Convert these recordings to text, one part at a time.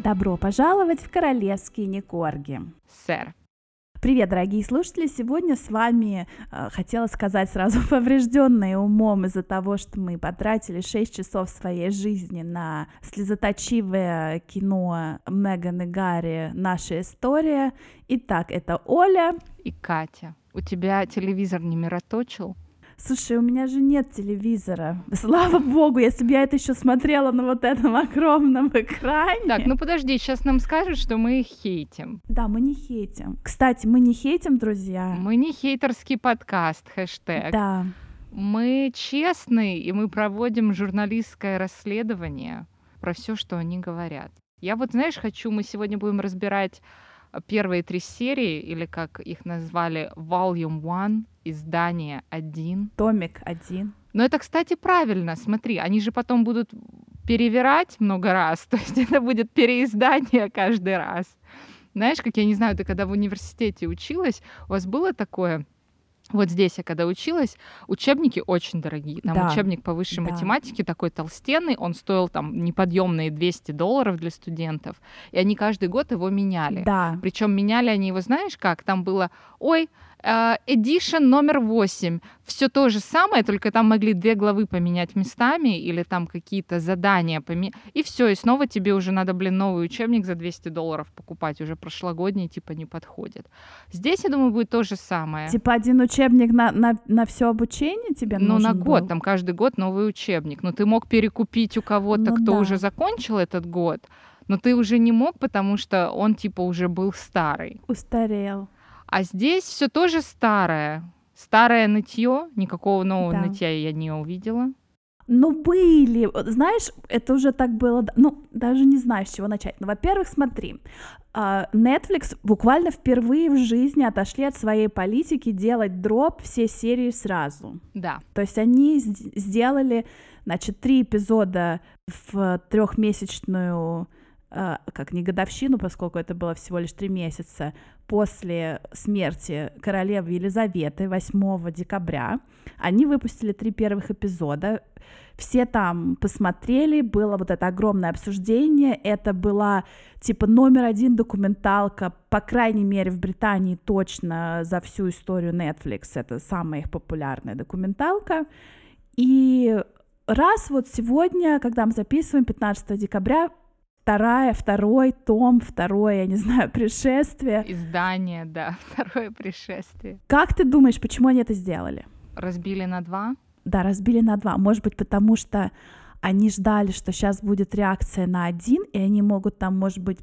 Добро пожаловать в королевские Никорги. Сэр. Привет, дорогие слушатели! Сегодня с вами, хотела сказать сразу, поврежденные умом из-за того, что мы потратили 6 часов своей жизни на слезоточивое кино Меган и Гарри «Наша история». Итак, это Оля. И Катя. У тебя телевизор не мироточил? Слушай, у меня же нет телевизора. Слава богу, если бы я это еще смотрела на вот этом огромном экране. Так, ну подожди, сейчас нам скажут, что мы их хейтим. Да, мы не хейтим. Кстати, мы не хейтим, друзья. Мы не хейтерский подкаст, хэштег. Да. Мы честные, и мы проводим журналистское расследование про все, что они говорят. Я вот, знаешь, мы сегодня будем разбирать первые 3 серии, или как их назвали, Volume 1, издание 1. Томик 1. Но это, кстати, правильно, смотри, они же потом будут перевирать много раз, то есть это будет переиздание каждый раз. Знаешь, как, я не знаю, ты когда в университете училась, у вас было такое? Вот здесь я когда училась, учебники очень дорогие. Там Да, учебник по высшей да. математике такой толстенный, он стоил там неподъемные $200 для студентов, и они каждый год его меняли. Да. Причем меняли они его, знаешь как? Там было, edition номер 8. Все то же самое, только там могли 2 главы поменять местами или там какие-то задания поменять. И все, и снова тебе уже надо, новый учебник за $200 покупать. Уже прошлогодний типа не подходит. Здесь, я думаю, будет то же самое. Типа один учебник на все обучение тебе нужен на год, был? там каждый год новый учебник. Но ты мог перекупить у кого-то, Ну кто да. уже закончил этот год, но ты уже не мог, потому что он типа уже был старый. Устарел. А здесь все тоже старое. Старое нытье, никакого нового Да. нытья я не увидела. Ну, были. Знаешь, это уже так было... Ну, даже не знаю, с чего начать. Ну, во-первых, смотри. Netflix буквально впервые в жизни отошли от своей политики делать дроп все серии сразу. Да. То есть они сделали, значит, 3 эпизода в 3-месячную... как не годовщину, поскольку это было всего лишь 3 месяца после смерти королевы Елизаветы 8 декабря. Они выпустили 3 первых эпизода. Все там посмотрели, было вот это огромное обсуждение. Это была типа номер 1 документалка, по крайней мере, в Британии точно за всю историю Netflix. Это самая их популярная документалка. И раз вот сегодня, когда мы записываем, 15 декабря, второй том, второе, я не знаю, пришествие. Издание, да, второе пришествие. Как ты думаешь, почему они это сделали? Разбили на 2? Да, разбили на 2. Может быть, потому что они ждали, что сейчас будет реакция на 1, и они могут там, может быть,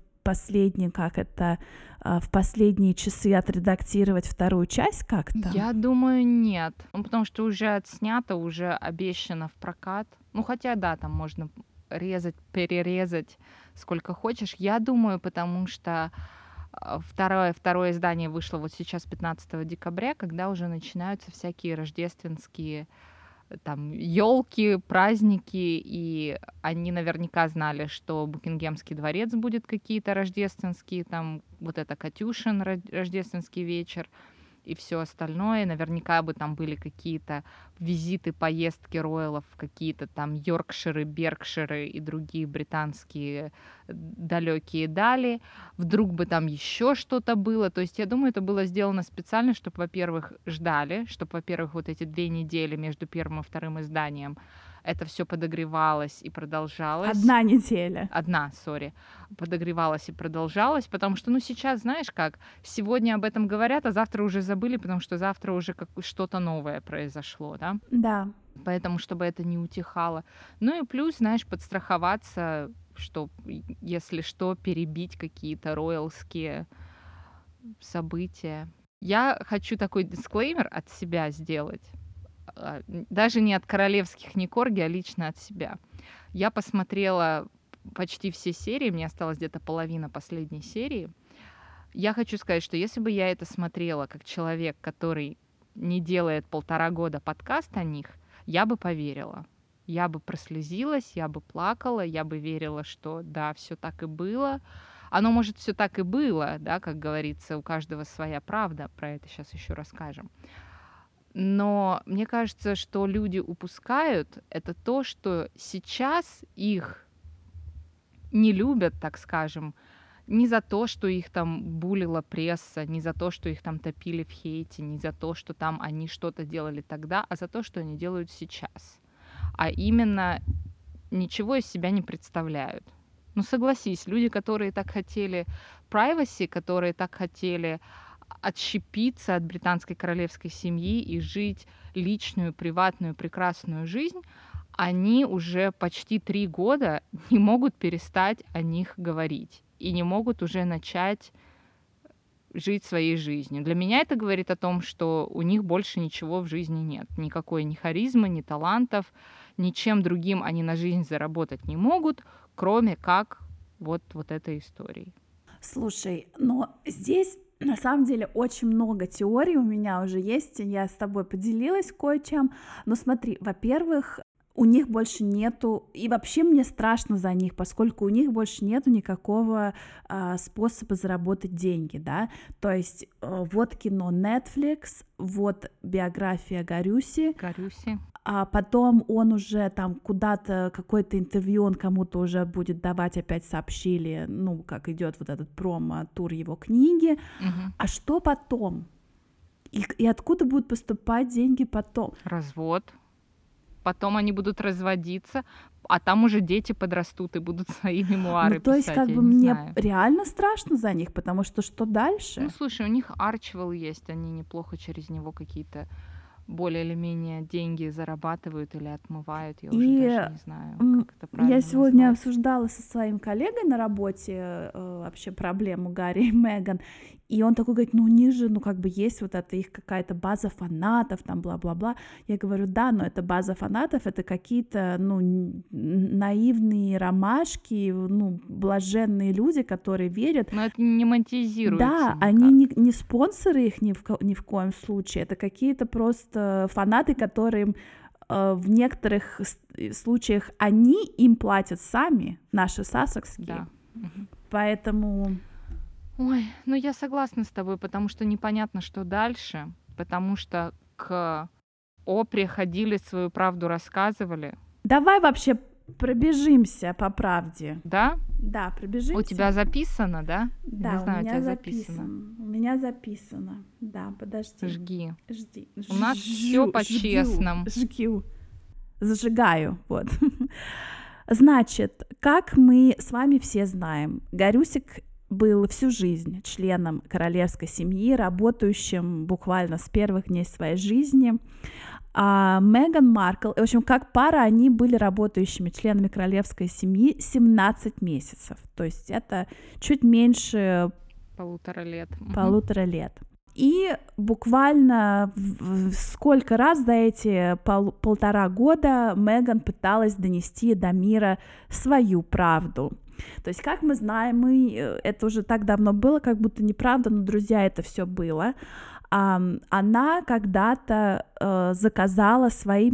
в последние часы отредактировать вторую часть как-то? Я думаю, нет. Ну, потому что уже отснято, уже обещано в прокат. Ну, хотя, да, там можно резать, перерезать сколько хочешь. Я думаю, потому что второе издание вышло вот сейчас 15 декабря, когда уже начинаются всякие рождественские там елки, праздники, и они наверняка знали, что Букингемский дворец будет какие-то рождественские, там вот это Катюшин рождественский вечер и все остальное. Наверняка бы там были какие-то визиты, поездки роялов в какие-то там Йоркширы, Беркширы и другие британские далекие дали. Вдруг бы там еще что-то было. То есть я думаю, это было сделано специально, чтобы, во-первых, ждали, чтобы, во-первых, вот эти 2 недели между первым и вторым изданием это все подогревалось и продолжалось. 1 неделя. Подогревалось и продолжалось, потому что, сейчас, знаешь как, сегодня об этом говорят, а завтра уже забыли, потому что завтра уже что-то новое произошло, да? Да. Поэтому, чтобы это не утихало. Ну и плюс, знаешь, подстраховаться, что, если что, перебить какие-то роялские события. Я хочу такой дисклеймер от себя сделать. Даже не от королевских Никорги, а лично от себя. Я посмотрела почти все серии, мне осталась где-то половина последней серии. Я хочу сказать, что если бы я это смотрела как человек, который не делает 1,5 года подкаст о них, я бы поверила. Я бы прослезилась, я бы плакала, я бы верила, что да, все так и было. Оно, может, все так и было, да, как говорится, у каждого своя правда, про это сейчас еще расскажем. Но мне кажется, что люди упускают, это то, что сейчас их не любят, так скажем, не за то, что их там булила пресса, не за то, что их там топили в хейте, не за то, что там они что-то делали тогда, а за то, что они делают сейчас. А именно ничего из себя не представляют. Ну, согласись, люди, которые так хотели privacy, которые так хотели отщепиться от британской королевской семьи и жить личную, приватную, прекрасную жизнь, они уже почти 3 года не могут перестать о них говорить и не могут уже начать жить своей жизнью. Для меня это говорит о том, что у них больше ничего в жизни нет. Никакой ни харизмы, ни талантов, ничем другим они на жизнь заработать не могут, кроме как вот этой историей. Слушай, но здесь на самом деле очень много теорий у меня уже есть, я с тобой поделилась кое-чем, но смотри, во-первых, у них больше нету, и вообще мне страшно за них, поскольку у них больше нету никакого способа заработать деньги, да, то есть вот кино Netflix, вот биография Гарюси, а потом он уже там куда-то, какое-то интервью он кому-то уже будет давать, опять сообщили, ну, как идет вот этот промо-тур его книги, а что потом? И откуда будут поступать деньги потом? Развод. Потом они будут разводиться, а там уже дети подрастут и будут свои мемуары писать. То есть как бы мне реально страшно за них, потому что дальше? Ну, слушай, у них Арчвелл есть, они неплохо через него какие-то более или менее деньги зарабатывают или отмывают, я уже даже не знаю, как это правильно Я сегодня назвать. обсуждала со своим коллегой на работе вообще проблему Гарри и Меган, и он такой говорит, ну у них же, ну как бы есть вот это их какая-то база фанатов, там бла-бла-бла. Я говорю, да, но это база фанатов, это какие-то, ну, наивные ромашки, ну, блаженные люди, которые верят. Но это не монетизируется. Да, никак. они не спонсоры их ни в коем случае, это какие-то просто фанаты, которым в некоторых случаях они им платят сами, наши сассекские. Да. Поэтому... Ой, ну я согласна с тобой, потому что непонятно, что дальше, потому что к Опре ходили, свою правду рассказывали. Давай вообще пробежимся по правде. Да? Да, пробежимся. У тебя записано, да? Да, не знаю, у меня у тебя записано. У меня записано. Да, подожди. Жги. Жди. У нас все по-честному. Жгю. Зажигаю, вот. Значит, как мы с вами все знаем, Гарюсик был всю жизнь членом королевской семьи, работающим буквально с первых дней своей жизни. А Меган Маркл, в общем, как пара, они были работающими членами королевской семьи 17 месяцев. То есть это чуть меньше 1,5 лет. И буквально сколько раз за эти 1,5 года Меган пыталась донести до мира свою правду. То есть, как мы знаем, это уже так давно было, как будто неправда, но, друзья, это все было. Она когда-то заказала своим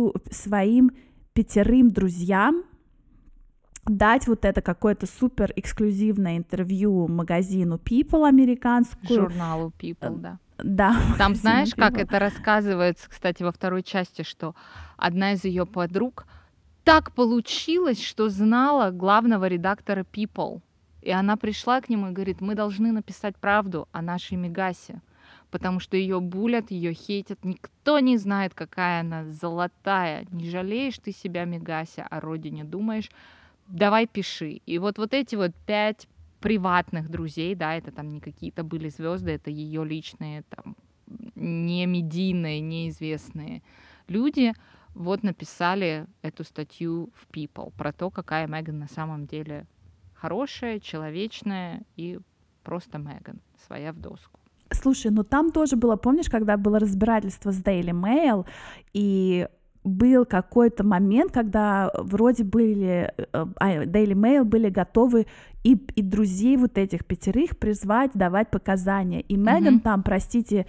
5 друзьям дать вот это какое-то супер эксклюзивное интервью магазину People американскую. Журналу People, да. Да. Там знаешь, как это рассказывается, кстати, во второй части, что одна из ее подруг так получилось, что знала главного редактора People. И она пришла к нему и говорит, мы должны написать правду о нашей Мегасе, потому что ее булят, ее хейтят, никто не знает, какая она золотая. Не жалеешь ты себя, Мегася, о родине думаешь? Давай пиши. И вот эти 5 приватных друзей, да, это там не какие-то были звезды, это ее личные, там, не медийные, неизвестные люди, вот написали эту статью в People про то, какая Меган на самом деле хорошая, человечная и просто Меган, своя в доску. Слушай, ну там тоже было, помнишь, когда было разбирательство с Daily Mail, и был какой-то момент, когда вроде были, Daily Mail были готовы и друзей вот этих 5 призвать, давать показания. И Меган там, простите,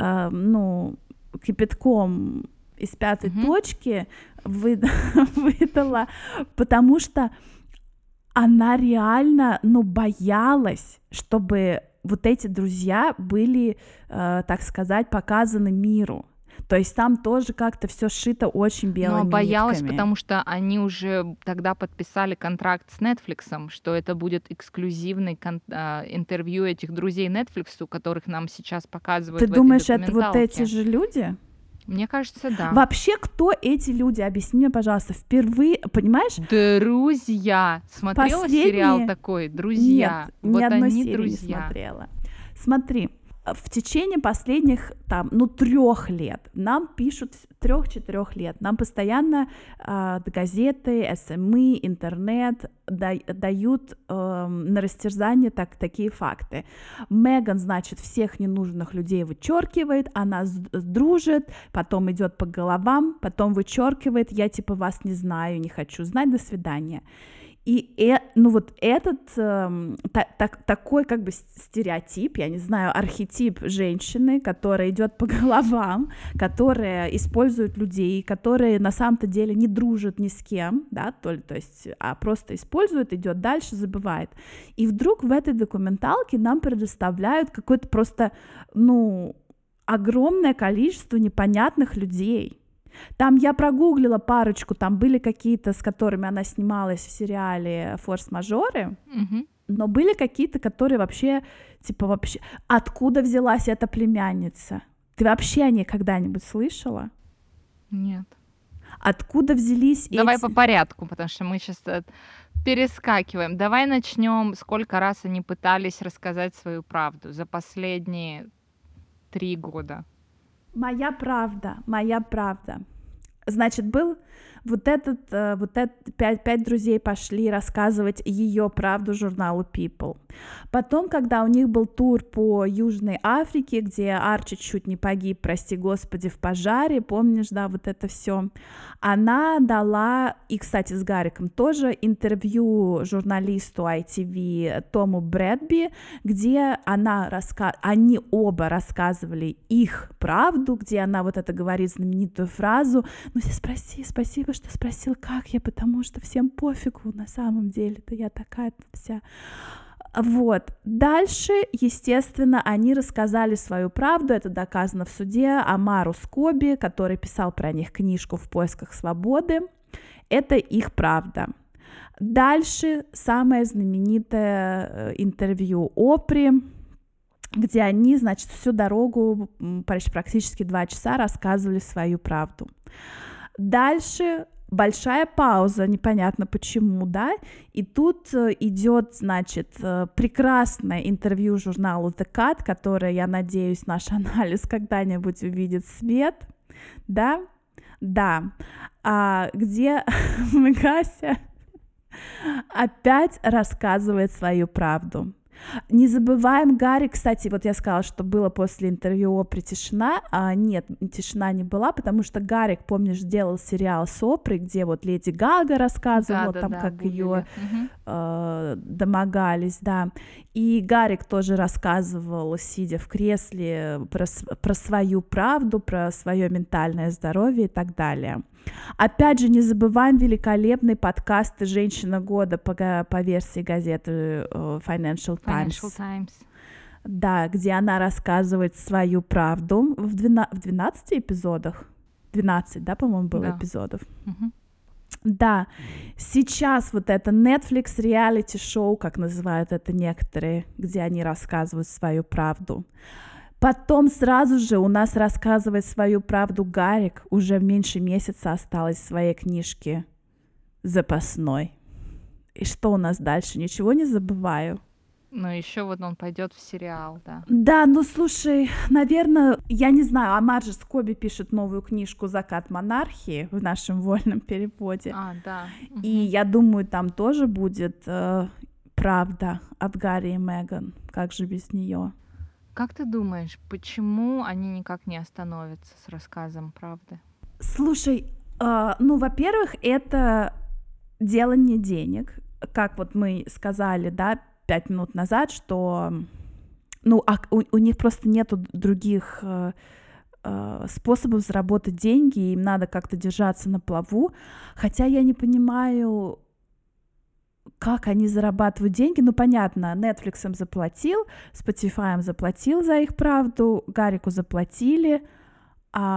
кипятком из 5-й точки выдала, потому что она реально, боялась, чтобы вот эти друзья были, так сказать, показаны миру. То есть там тоже как-то все сшито очень Но белыми боялась, нитками. потому что они уже тогда подписали контракт с Netflix, что это будет эксклюзивный интервью этих друзей Netflix, которых нам сейчас Ты показывают в этой думаешь, это вот эти документалке. же люди? Мне кажется, да. Вообще, кто эти люди? Объясни мне, пожалуйста, впервые, понимаешь, Друзья. Смотрела сериал последние... такой Нет, «Друзья»? ни Вот одной они серии не друзья. смотрела. Смотри, в течение последних, 3 лет, нам пишут, 3-4 лет, нам постоянно газеты, СМИ, интернет дают на растерзание такие факты. Меган, значит, всех ненужных людей вычеркивает, она дружит, потом идет по головам, потом вычеркивает, я типа вас не знаю, не хочу знать, до свидания. И ну вот этот такой как бы стереотип, я не знаю, архетип женщины, которая идет по головам, которая использует людей, которые на самом-то деле не дружат ни с кем, да, то есть, а просто использует, идет дальше, забывает. И вдруг в этой документалке нам предоставляют какое-то просто, огромное количество непонятных людей. Там я прогуглила парочку, там были какие-то, с которыми она снималась в сериале «Форс-мажоры», но были какие-то, которые вообще, откуда взялась эта племянница? Ты вообще о ней когда-нибудь слышала? Нет. Откуда взялись Давай эти... по порядку, потому что мы сейчас перескакиваем. Давай начнем, сколько раз они пытались рассказать свою правду за последние 3 года. Моя правда. Значит, был вот этот 5 друзей пошли рассказывать ее правду журналу People. Потом, когда у них был тур по Южной Африке, где Арчи чуть не погиб, прости господи, в пожаре, помнишь, да, вот это все, она дала, и, кстати, с Гариком тоже, интервью журналисту ITV Тому Брэдби, где они оба рассказывали их правду, где она вот это говорит знаменитую фразу: «Ну, спроси, спасибо, что спросил, как я, потому что всем пофигу, на самом деле-то я такая-то вся». Вот. Дальше, естественно, они рассказали свою правду, это доказано в суде, Омару Скоби, который писал про них книжку «В поисках свободы». Это их правда. Дальше самое знаменитое интервью Опри, где они, значит, всю дорогу, практически 2 часа рассказывали свою правду. Дальше большая пауза, непонятно почему, да, и тут идет, значит, прекрасное интервью журналу The Cut, которое, я надеюсь, наш анализ когда-нибудь увидит свет, да, где Мегася опять рассказывает свою правду. Не забываем Гарри, кстати, вот я сказала, что было после интервью Опри тишина, нет, тишина не была, потому что Гарик, помнишь, делал сериал с Опри, где вот Леди Гага рассказывала, как ее домогались, да, и Гарик тоже рассказывал, сидя в кресле, про свою правду, про свое ментальное здоровье и так далее. Опять же, не забываем великолепный подкаст «Женщина года» по версии газеты Financial Times. Да, где она рассказывает свою правду в 12 эпизодах. 12, да, по-моему, было эпизодов. Да, сейчас вот это Netflix реалити-шоу, как называют это некоторые, где они рассказывают свою правду. Потом сразу же у нас рассказывает свою правду Гарик, уже меньше месяца осталось в своей книжке запасной. И что у нас дальше? Ничего не забываю. Ну, еще вот он пойдет в сериал, да. Да, ну слушай, наверное, я не знаю, Омар же Скоби пишет новую книжку «Закат монархии» в нашем вольном переводе. Да. И я думаю, там тоже будет правда от Гарри и Меган. Как же без нее? Как ты думаешь, почему они никак не остановятся с рассказом правды? Слушай, во-первых, это делание денег. Как вот мы сказали, да, 5 минут назад, что у них просто нету других способов заработать деньги, им надо как-то держаться на плаву. Хотя я не понимаю, как они зарабатывают деньги. Ну, понятно, Netflix им заплатил, Spotify им заплатил за их правду, Гарику заплатили, а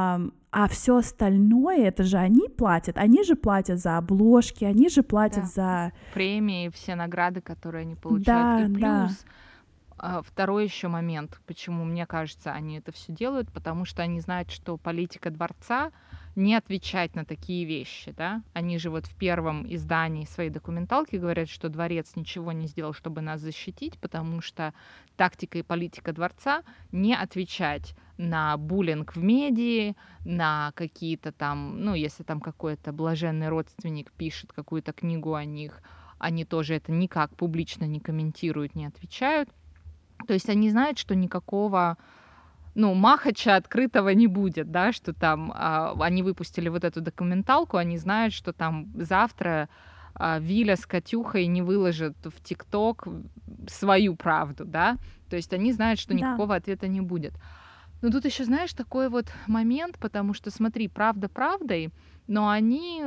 а все остальное, это же они же платят за обложки, они же платят Да. за... Премии, все награды, которые они получают. И Да. плюс второй еще момент, почему, мне кажется, они это все делают, потому что они знают, что политика дворца не отвечать на такие вещи, да. Они же вот в первом издании своей документалки говорят, что дворец ничего не сделал, чтобы нас защитить, потому что тактика и политика дворца не отвечать на буллинг в медии, на какие-то там, ну, если там какой-то блаженный родственник пишет какую-то книгу о них, они тоже это никак публично не комментируют, не отвечают. То есть они знают, что никакого, ну, махача открытого не будет, да, что там они выпустили вот эту документалку, они знают, что там завтра Виля с Катюхой не выложат в ТикТок свою правду, да, то есть они знают, что никакого ответа не будет. Но тут еще, знаешь, такой вот момент, потому что, смотри, правда правдой, но они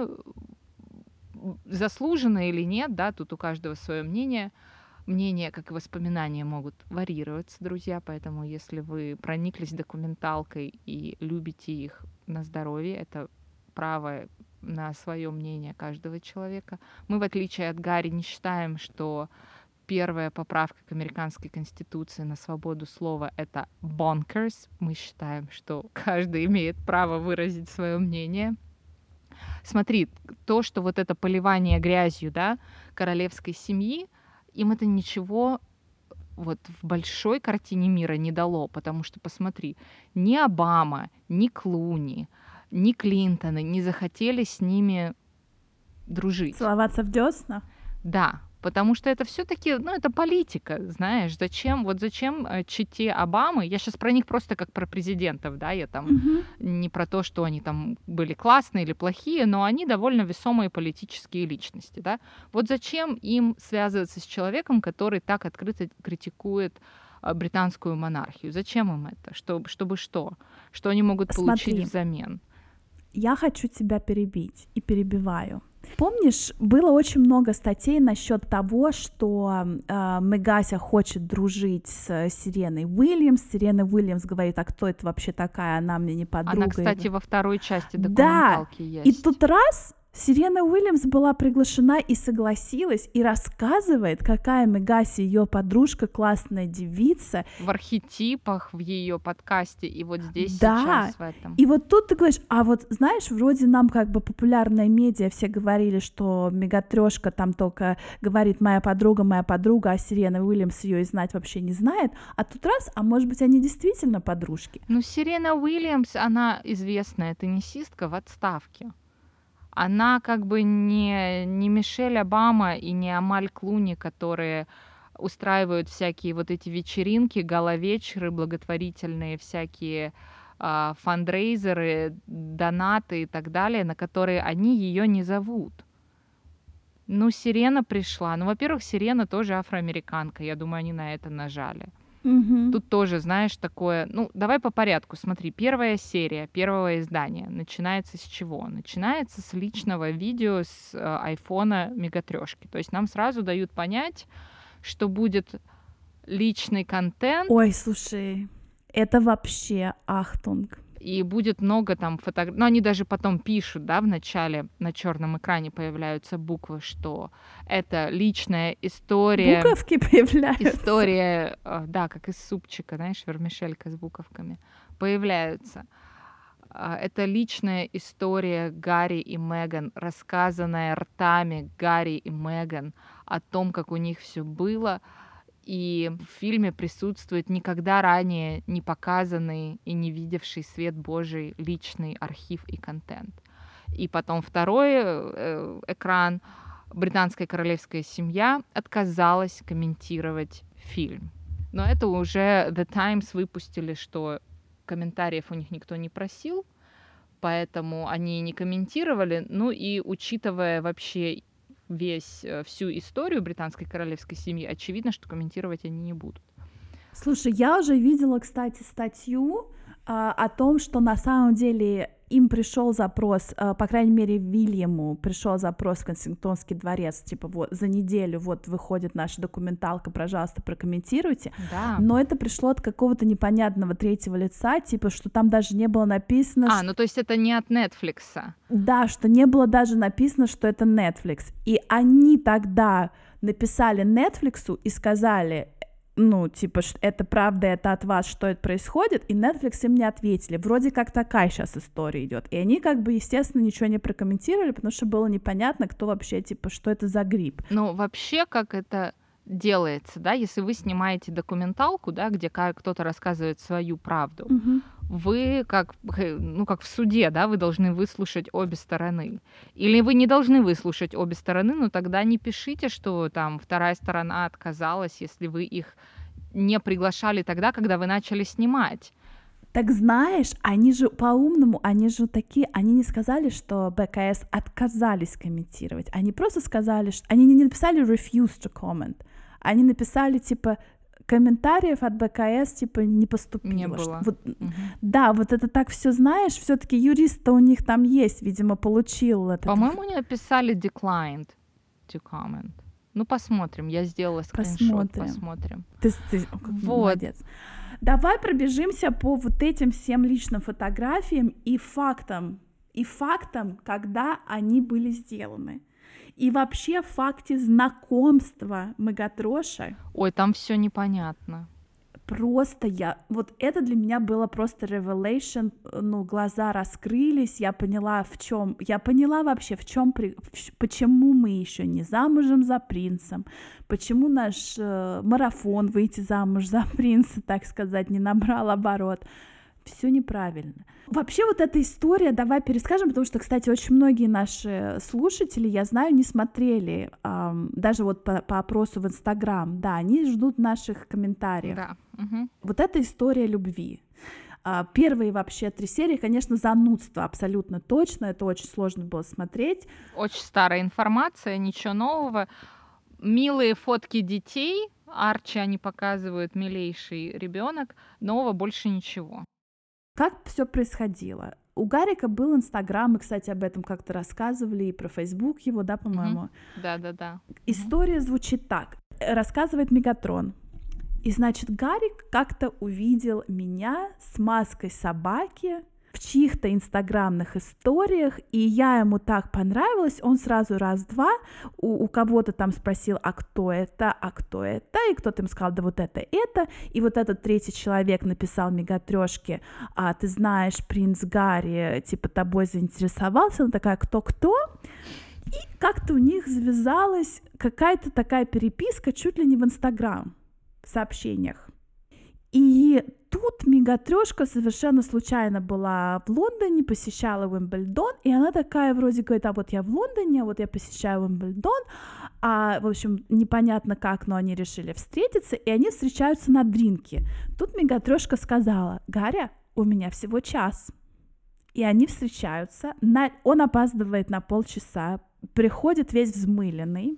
заслуженно или нет, да, тут у каждого свое мнение, как и воспоминания могут варьироваться, друзья, поэтому если вы прониклись документалкой и любите их на здоровье, это право на свое мнение каждого человека. Мы, в отличие от Гарри, не считаем, что первая поправка к американской конституции на свободу слова — это bonkers. Мы считаем, что каждый имеет право выразить свое мнение. Смотри, то, что вот это поливание грязью, да, королевской семьи, им это ничего вот в большой картине мира не дало, потому что, посмотри, ни Обама, ни Клуни, ни Клинтоны не захотели с ними дружить. Целоваться в десна? Да, потому что это все-таки, ну, это политика, знаешь, зачем чете Обамы, я сейчас про них просто как про президентов, да, я там не про то, что они там были классные или плохие, но они довольно весомые политические личности, да. Вот зачем им связываться с человеком, который так открыто критикует британскую монархию? Зачем им это? Чтобы что? Что они могут получить взамен? Я хочу тебя перебить и перебиваю. Помнишь, было очень много статей насчет того, что Мегася хочет дружить с Сиреной Уильямс. Сирена Уильямс говорит, а кто это вообще такая, она мне не подруга. Она, кстати, во второй части документалки есть. И тут раз Сирена Уильямс была приглашена и согласилась, и рассказывает, какая Мегаси ее подружка, классная девица. В архетипах в ее подкасте, и вот здесь сейчас в этом. И вот тут ты говоришь, а вот знаешь, вроде нам как бы популярная медиа все говорили, что Мегатрёшка там только говорит моя подруга, а Сирена Уильямс ее и знать вообще не знает, а тут раз, а может быть они действительно подружки? Ну, Сирена Уильямс, она известная теннисистка в отставке. Она как бы не Мишель Обама и не Амаль Клуни, которые устраивают всякие вот эти вечеринки, гала-вечеры, благотворительные всякие фандрейзеры, донаты и так далее, на которые они ее не зовут. Ну, Сирена пришла. Ну, во-первых, Сирена тоже афроамериканка. Я думаю, они на это нажали. Тут тоже, знаешь, такое... Ну, давай по порядку. Смотри, первая серия первого издания начинается с чего? Начинается с личного видео с айфона Мегатрёшки. То есть нам сразу дают понять, что будет личный контент. Ой, слушай, это вообще ахтунг. И будет много там фотографий. Ну, они даже потом пишут, да, в начале на черном экране появляются буквы, что это личная история. Буковки появляются. История, да, как из супчика, знаешь, вермишелька с буковками. Появляются. Это личная история Гарри и Меган, рассказанная ртами Гарри и Меган о том, как у них все было. И в фильме присутствует никогда ранее не показанный и не видевший свет Божий личный архив и контент. И потом второй экран. Британская королевская семья отказалась комментировать фильм. Но это уже The Times выпустили, что комментариев у них никто не просил, поэтому они не комментировали. Ну и учитывая вообще всю историю британской королевской семьи, очевидно, что комментировать они не будут. Слушай, я уже видела, кстати, статью о том, что на самом деле им пришел запрос, по крайней мере, Вильяму пришел запрос в Кенсингтонский дворец, типа вот за неделю вот выходит наша документалка, пожалуйста, прокомментируйте. Да. Но это пришло от какого-то непонятного третьего лица, типа, что там даже не было написано... Ну то есть это не от Netflix. Да, что не было даже написано, что это Netflix. И они тогда написали Netflix и сказали, ну, типа, это правда, это от вас, что это происходит, и Netflix им не ответили. Вроде как такая сейчас история идет. И они, как бы, естественно, ничего не прокомментировали, потому что было непонятно, кто вообще, типа, что это за грипп. Ну, вообще, как это делается, да, если вы снимаете документалку, да, где кто-то рассказывает свою правду, вы как в суде, да, вы должны выслушать обе стороны. Или вы не должны выслушать обе стороны, но тогда не пишите, что там вторая сторона отказалась, если вы их не приглашали тогда, когда вы начали снимать. Так знаешь, они же по-умному, они же такие, они не сказали, что БКС отказались комментировать, они просто сказали, что они не написали refuse to comment, они написали, типа, комментариев от БКС, типа, не поступило. Не было. Да, вот это так все знаешь, все-таки юрист-то у них там есть, видимо, получил это. По-моему, они написали declined to comment. Ну, посмотрим, я сделала скриншот, посмотрим. Ты молодец. Давай пробежимся по вот этим всем личным фотографиям и фактам, когда они были сделаны. И вообще в факте знакомства Мегатроша. Ой, там все непонятно. Просто вот это для меня было просто revelation, ну, глаза раскрылись, я поняла вообще, почему мы еще не замужем за принцем, почему наш марафон выйти замуж за принца, так сказать, не набрал оборот. Все неправильно. Вообще вот эта история, давай перескажем, потому что, кстати, очень многие наши слушатели, я знаю, не смотрели, даже вот по опросу в Инстаграм, да, они ждут наших комментариев. Да. Вот эта история любви. Первые вообще 3 серии, конечно, занудство абсолютно точно, это очень сложно было смотреть. Очень старая информация, ничего нового. Милые фотки детей, Арчи они показывают, милейший ребенок, нового больше ничего. Как все происходило? У Гарика был Инстаграм, мы, кстати, об этом как-то рассказывали, и про Фейсбук его, да, по-моему? Да. История звучит так. Рассказывает Мегатрон. И, значит, Гарик как-то увидел меня с маской собаки в чьих-то инстаграмных историях, и я ему так понравилась, он сразу раз-два у кого-то там спросил, а кто это, и кто-то им сказал, да вот это, и вот этот третий человек написал Мегатрёшке, ты знаешь, принц Гарри, типа, тобой заинтересовался, она такая, кто-кто? И как-то у них завязалась какая-то такая переписка чуть ли не в Инстаграм, в сообщениях. И тут Мегатрёшка совершенно случайно была в Лондоне, посещала Уимблдон, и она такая вроде говорит, вот я в Лондоне, вот я посещаю Уимблдон, в общем, непонятно как, но они решили встретиться, и они встречаются на дринке. Тут Мегатрёшка сказала, Гаря, у меня всего час. И они встречаются, он опаздывает на полчаса, приходит весь взмыленный,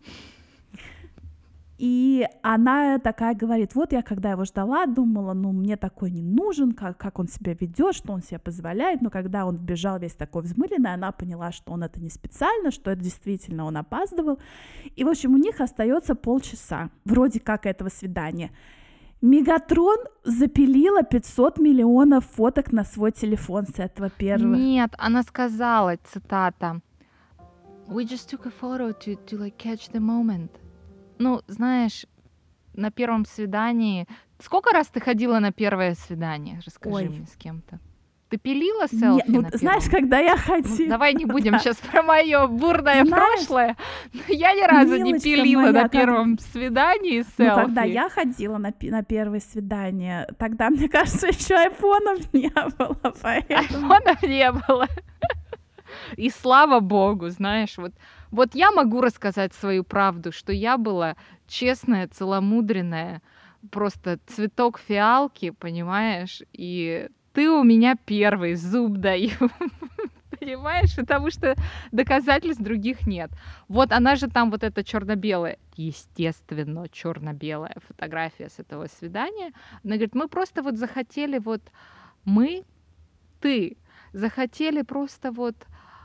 и она такая говорит, вот я когда его ждала, думала, мне такой не нужен, как он себя ведет, что он себе позволяет, но когда он вбежал весь такой взмыленный, она поняла, что он это не специально, что это действительно он опаздывал, и, в общем, у них остается полчаса, вроде как этого свидания. Мегатрон запилила 500 миллионов фоток на свой телефон с этого первого. Нет, она сказала, цитата, "We just took a photo to like catch the moment". Ну, знаешь, на первом свидании... Сколько раз ты ходила на первое свидание? Расскажи мне с кем-то. Ты пилила селфи на первом? Знаешь, когда я ходила... Давай не будем сейчас про мое бурное прошлое. Я ни разу не пилила на первом свидании селфи. Когда я ходила на первое свидание, тогда, мне кажется, еще айфонов не было. Айфонов не было. И слава богу, знаешь, вот я могу рассказать свою правду, что я была честная, целомудренная, просто цветок фиалки, понимаешь, и ты у меня первый, зуб даю, понимаешь, потому что доказательств других нет. Вот она же там вот эта черно-белая, естественно, черно-белая фотография с этого свидания. Она говорит, мы просто вот захотели, ты захотели просто вот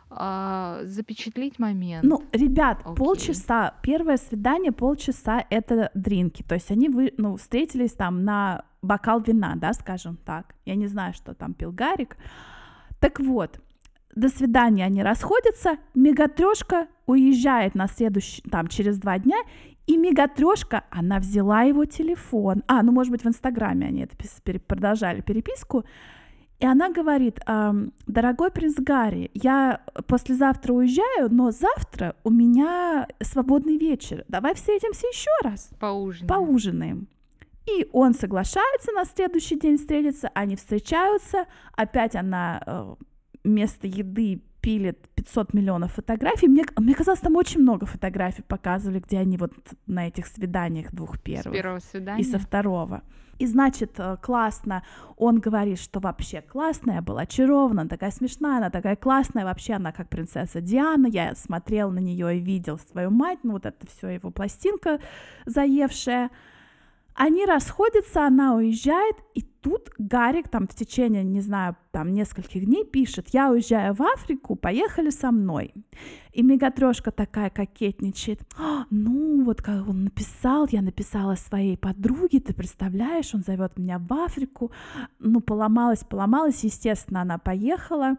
запечатлить момент. Ну, ребят, Окей. полчаса, первое свидание, полчаса — это дринки, то есть они встретились там на бокал вина, да, скажем так, я не знаю, что там пил Гарик. Так вот, до свидания они расходятся, Мегатрёшка уезжает на следующий, там, через 2 дня, и Мегатрёшка, она взяла его телефон, ну, может быть, в Инстаграме они это продолжали переписку, и она говорит: дорогой принц Гарри, я послезавтра уезжаю, но завтра у меня свободный вечер, давай встретимся еще раз, поужинаем. И он соглашается на следующий день встретиться, они встречаются, опять она вместо еды пилит 500 миллионов фотографий. Мне казалось, там очень много фотографий показывали, где они вот на этих свиданиях 2 первых. С первого свидания? И со второго. И, значит, классно, он говорит, что вообще классная, я была очарована, она такая смешная, она такая классная, вообще она как принцесса Диана, я смотрел на нее и видел свою мать, ну вот это все его пластинка заевшая. Они расходятся, она уезжает, и тут Гарик там в течение, не знаю, там нескольких дней пишет: я уезжаю в Африку, поехали со мной. И Мегатрёшка такая кокетничает: ну вот как он написал, я написала своей подруге, ты представляешь, он зовет меня в Африку. Ну, поломалась, естественно, она поехала.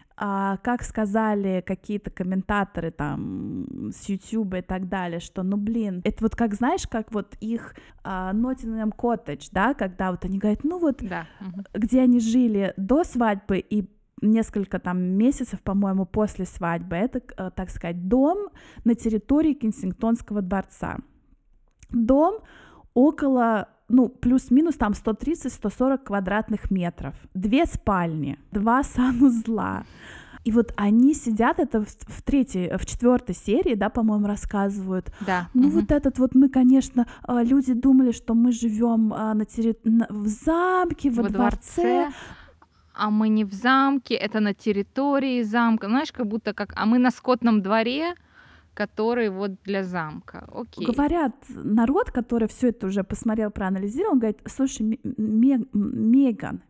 Как сказали какие-то комментаторы там с Ютуба и так далее, что, ну, блин, это вот как, знаешь, как вот их Nottingham Cottage, да, когда вот они говорят, ну вот, да. где они жили до свадьбы и несколько там месяцев, по-моему, после свадьбы, это, так сказать, дом на территории Кенсингтонского дворца. Дом около, ну, плюс-минус там 130-140 квадратных метров, 2 спальни, 2 санузла. И вот они сидят, это в 4-й серии, да, по-моему, рассказывают. Да. Ну, вот этот вот мы, конечно, люди думали, что мы живем в замке, во дворце. А мы не в замке, это на территории замка. Знаешь, как будто а мы на скотном дворе, который вот для замка. Окей. Говорят, народ, который все это уже посмотрел, проанализировал, он говорит: слушай, Меган,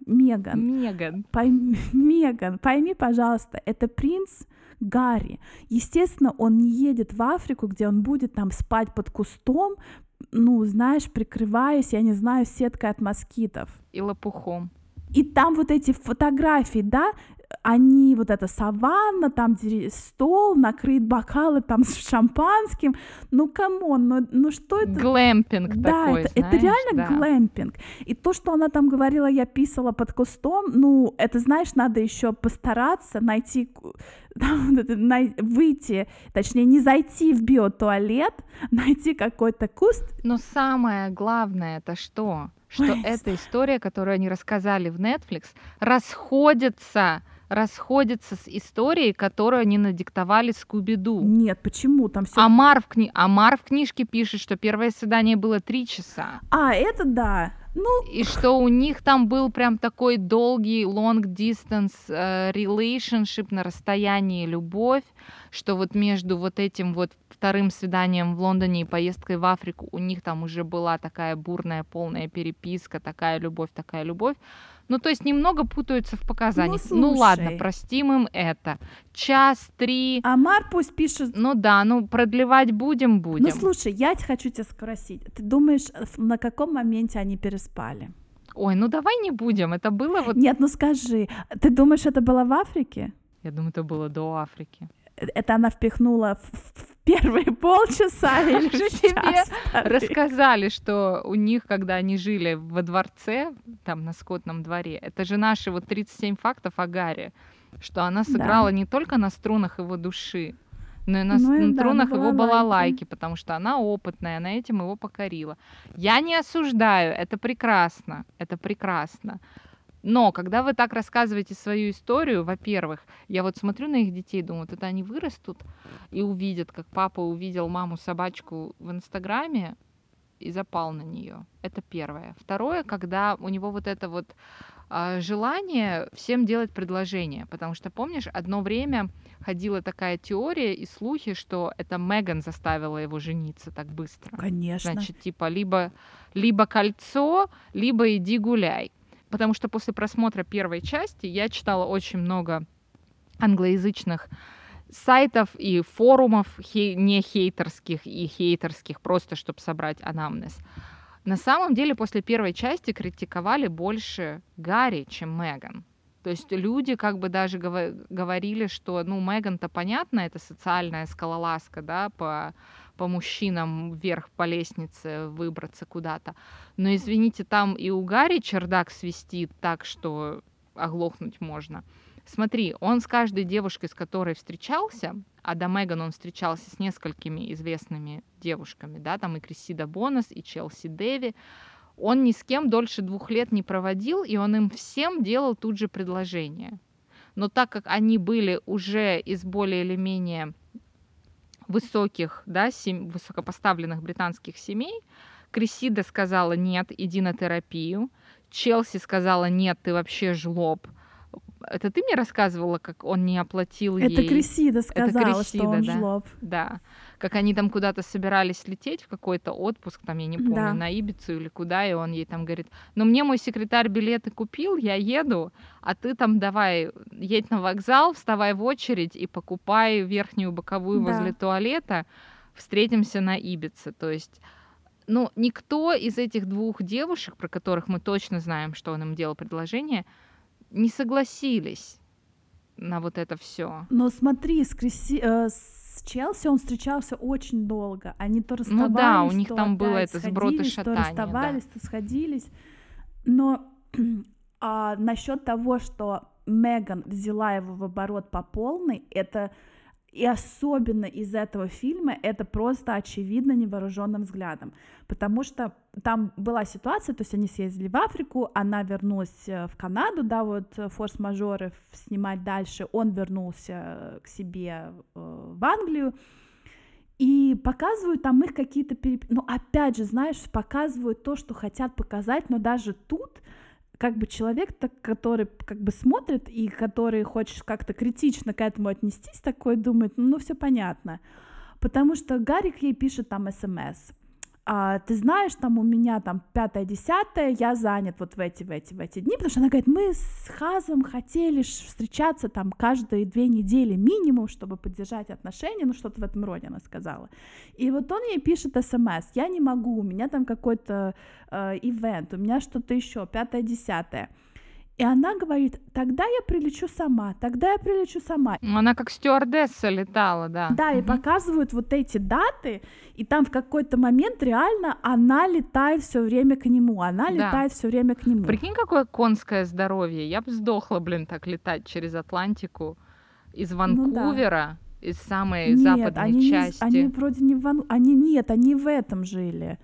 пойми, пожалуйста, это принц Гарри. Естественно, он не едет в Африку, где он будет там спать под кустом, ну, знаешь, прикрываясь, я не знаю, сеткой от москитов. И лопухом. И там вот эти фотографии, да, они, вот эта саванна, там стол, накрыт бокалы там с шампанским, ну, камон, ну что это? Глэмпинг такой, да, это реально глэмпинг. И то, что она там говорила, я писала под кустом, ну, это, знаешь, надо еще постараться найти, выйти, точнее, не зайти в биотуалет, найти какой-то куст. Но самое главное, это что? Что эта история, которую они рассказали в Netflix, расходится с историей, которую они надиктовали Скуби-Ду. Нет, почему? Там всё... Амар в книжке пишет, что первое свидание было 3 часа. Это да. Ну... И что у них там был прям такой долгий long distance relationship, на расстоянии любовь, что вот между вот этим вот вторым свиданием в Лондоне и поездкой в Африку у них там уже была такая бурная, полная переписка, такая любовь. Ну, то есть немного путаются в показаниях. Ну ладно, простим им это. 1-3 часа. Амар пусть пишет. Ну да, продлевать будем. Ну слушай, я хочу тебя спросить. Ты думаешь, на каком моменте они переспали? Ой, ну давай не будем. Это было вот... Нет, ну скажи, ты думаешь, это было в Африке? Я думаю, это было до Африки. Это она впихнула в первые полчаса или же тебе рассказали, что у них, когда они жили во дворце, там на скотном дворе, это же наши вот 37 фактов о Гарри, что она сыграла не только на струнах его души, но и на струнах его балалайки, потому что она опытная, она этим его покорила. Я не осуждаю, это прекрасно. Но когда вы так рассказываете свою историю, во-первых, я вот смотрю на их детей, думаю, вот это они вырастут и увидят, как папа увидел маму-собачку в Инстаграме и запал на нее. Это первое. Второе, когда у него вот это вот желание всем делать предложение, потому что, помнишь, одно время ходила такая теория и слухи, что это Меган заставила его жениться так быстро. Конечно. Значит, типа либо кольцо, либо иди гуляй. потому что после просмотра первой части я читала очень много англоязычных сайтов и форумов, не хейтерских и хейтерских, просто чтобы собрать анамнез. На самом деле, после первой части критиковали больше Гарри, чем Меган. То есть люди как бы даже говорили, что, ну, Меган-то понятно, это социальная скалолазка, да, по мужчинам вверх по лестнице выбраться куда-то. Но, извините, там и у Гарри чердак свистит так, что оглохнуть можно. Смотри, он с каждой девушкой, с которой встречался, а до Меган он встречался с несколькими известными девушками, да, там и Крессида Бонас, и Челси Дэви, он ни с кем дольше 2 лет не проводил, и он им всем делал тут же предложение. Но так как они были уже из более или менее высоких, да, высокопоставленных британских семей, Крессида сказала: нет, иди на терапию. Челси сказала: нет, ты вообще жлоб. Это ты мне рассказывала, как он не оплатил ей? Это Крессида сказала, Крессида, что он да? жлоб. Да. Как они там куда-то собирались лететь в какой-то отпуск, там, я не помню, Да. на Ибицу или куда, и он ей там говорит: ну, мне мой секретарь билеты купил, я еду, а ты там давай, едь на вокзал, вставай в очередь и покупай верхнюю боковую Да. возле туалета, встретимся на Ибице. То есть, ну, никто из этих 2 девушек, про которых мы точно знаем, что он им делал предложение, не согласились на вот это все. Но смотри, с Челси он встречался очень долго. Они то расставались, Ну да, у них то там было опять это сброд и сходились, то шатание, да. расставались, то сходились. Но насчет того, что Меган взяла его в оборот по полной, это и особенно из этого фильма это просто очевидно невооруженным взглядом, потому что там была ситуация, то есть они съездили в Африку, она вернулась в Канаду, да, вот форс-мажоры снимать дальше, он вернулся к себе в Англию, и показывают там их какие-то ну, опять же, знаешь, показывают то, что хотят показать, но даже тут как бы человек, который как бы смотрит и который хочет как-то критично к этому отнестись, такой думает, ну все понятно, потому что Гарик ей пишет там СМС: ты знаешь, там у меня там 5-10, я занят вот в эти дни, потому что она говорит, мы с Хазом хотели встречаться там каждые 2 недели минимум, чтобы поддержать отношения, ну что-то в этом роде она сказала. И вот он ей пишет СМС: я не могу, у меня там какой-то ивент, у меня что-то еще, 5-10. И она говорит: тогда я прилечу сама. Она как стюардесса летала, да. Да, и показывают вот эти даты, и там в какой-то момент реально она летает все время к нему, Прикинь, какое конское здоровье. Я бы сдохла, блин, так летать через Атлантику из Ванкувера, из самой западной части. Они вроде не в они в этом жили.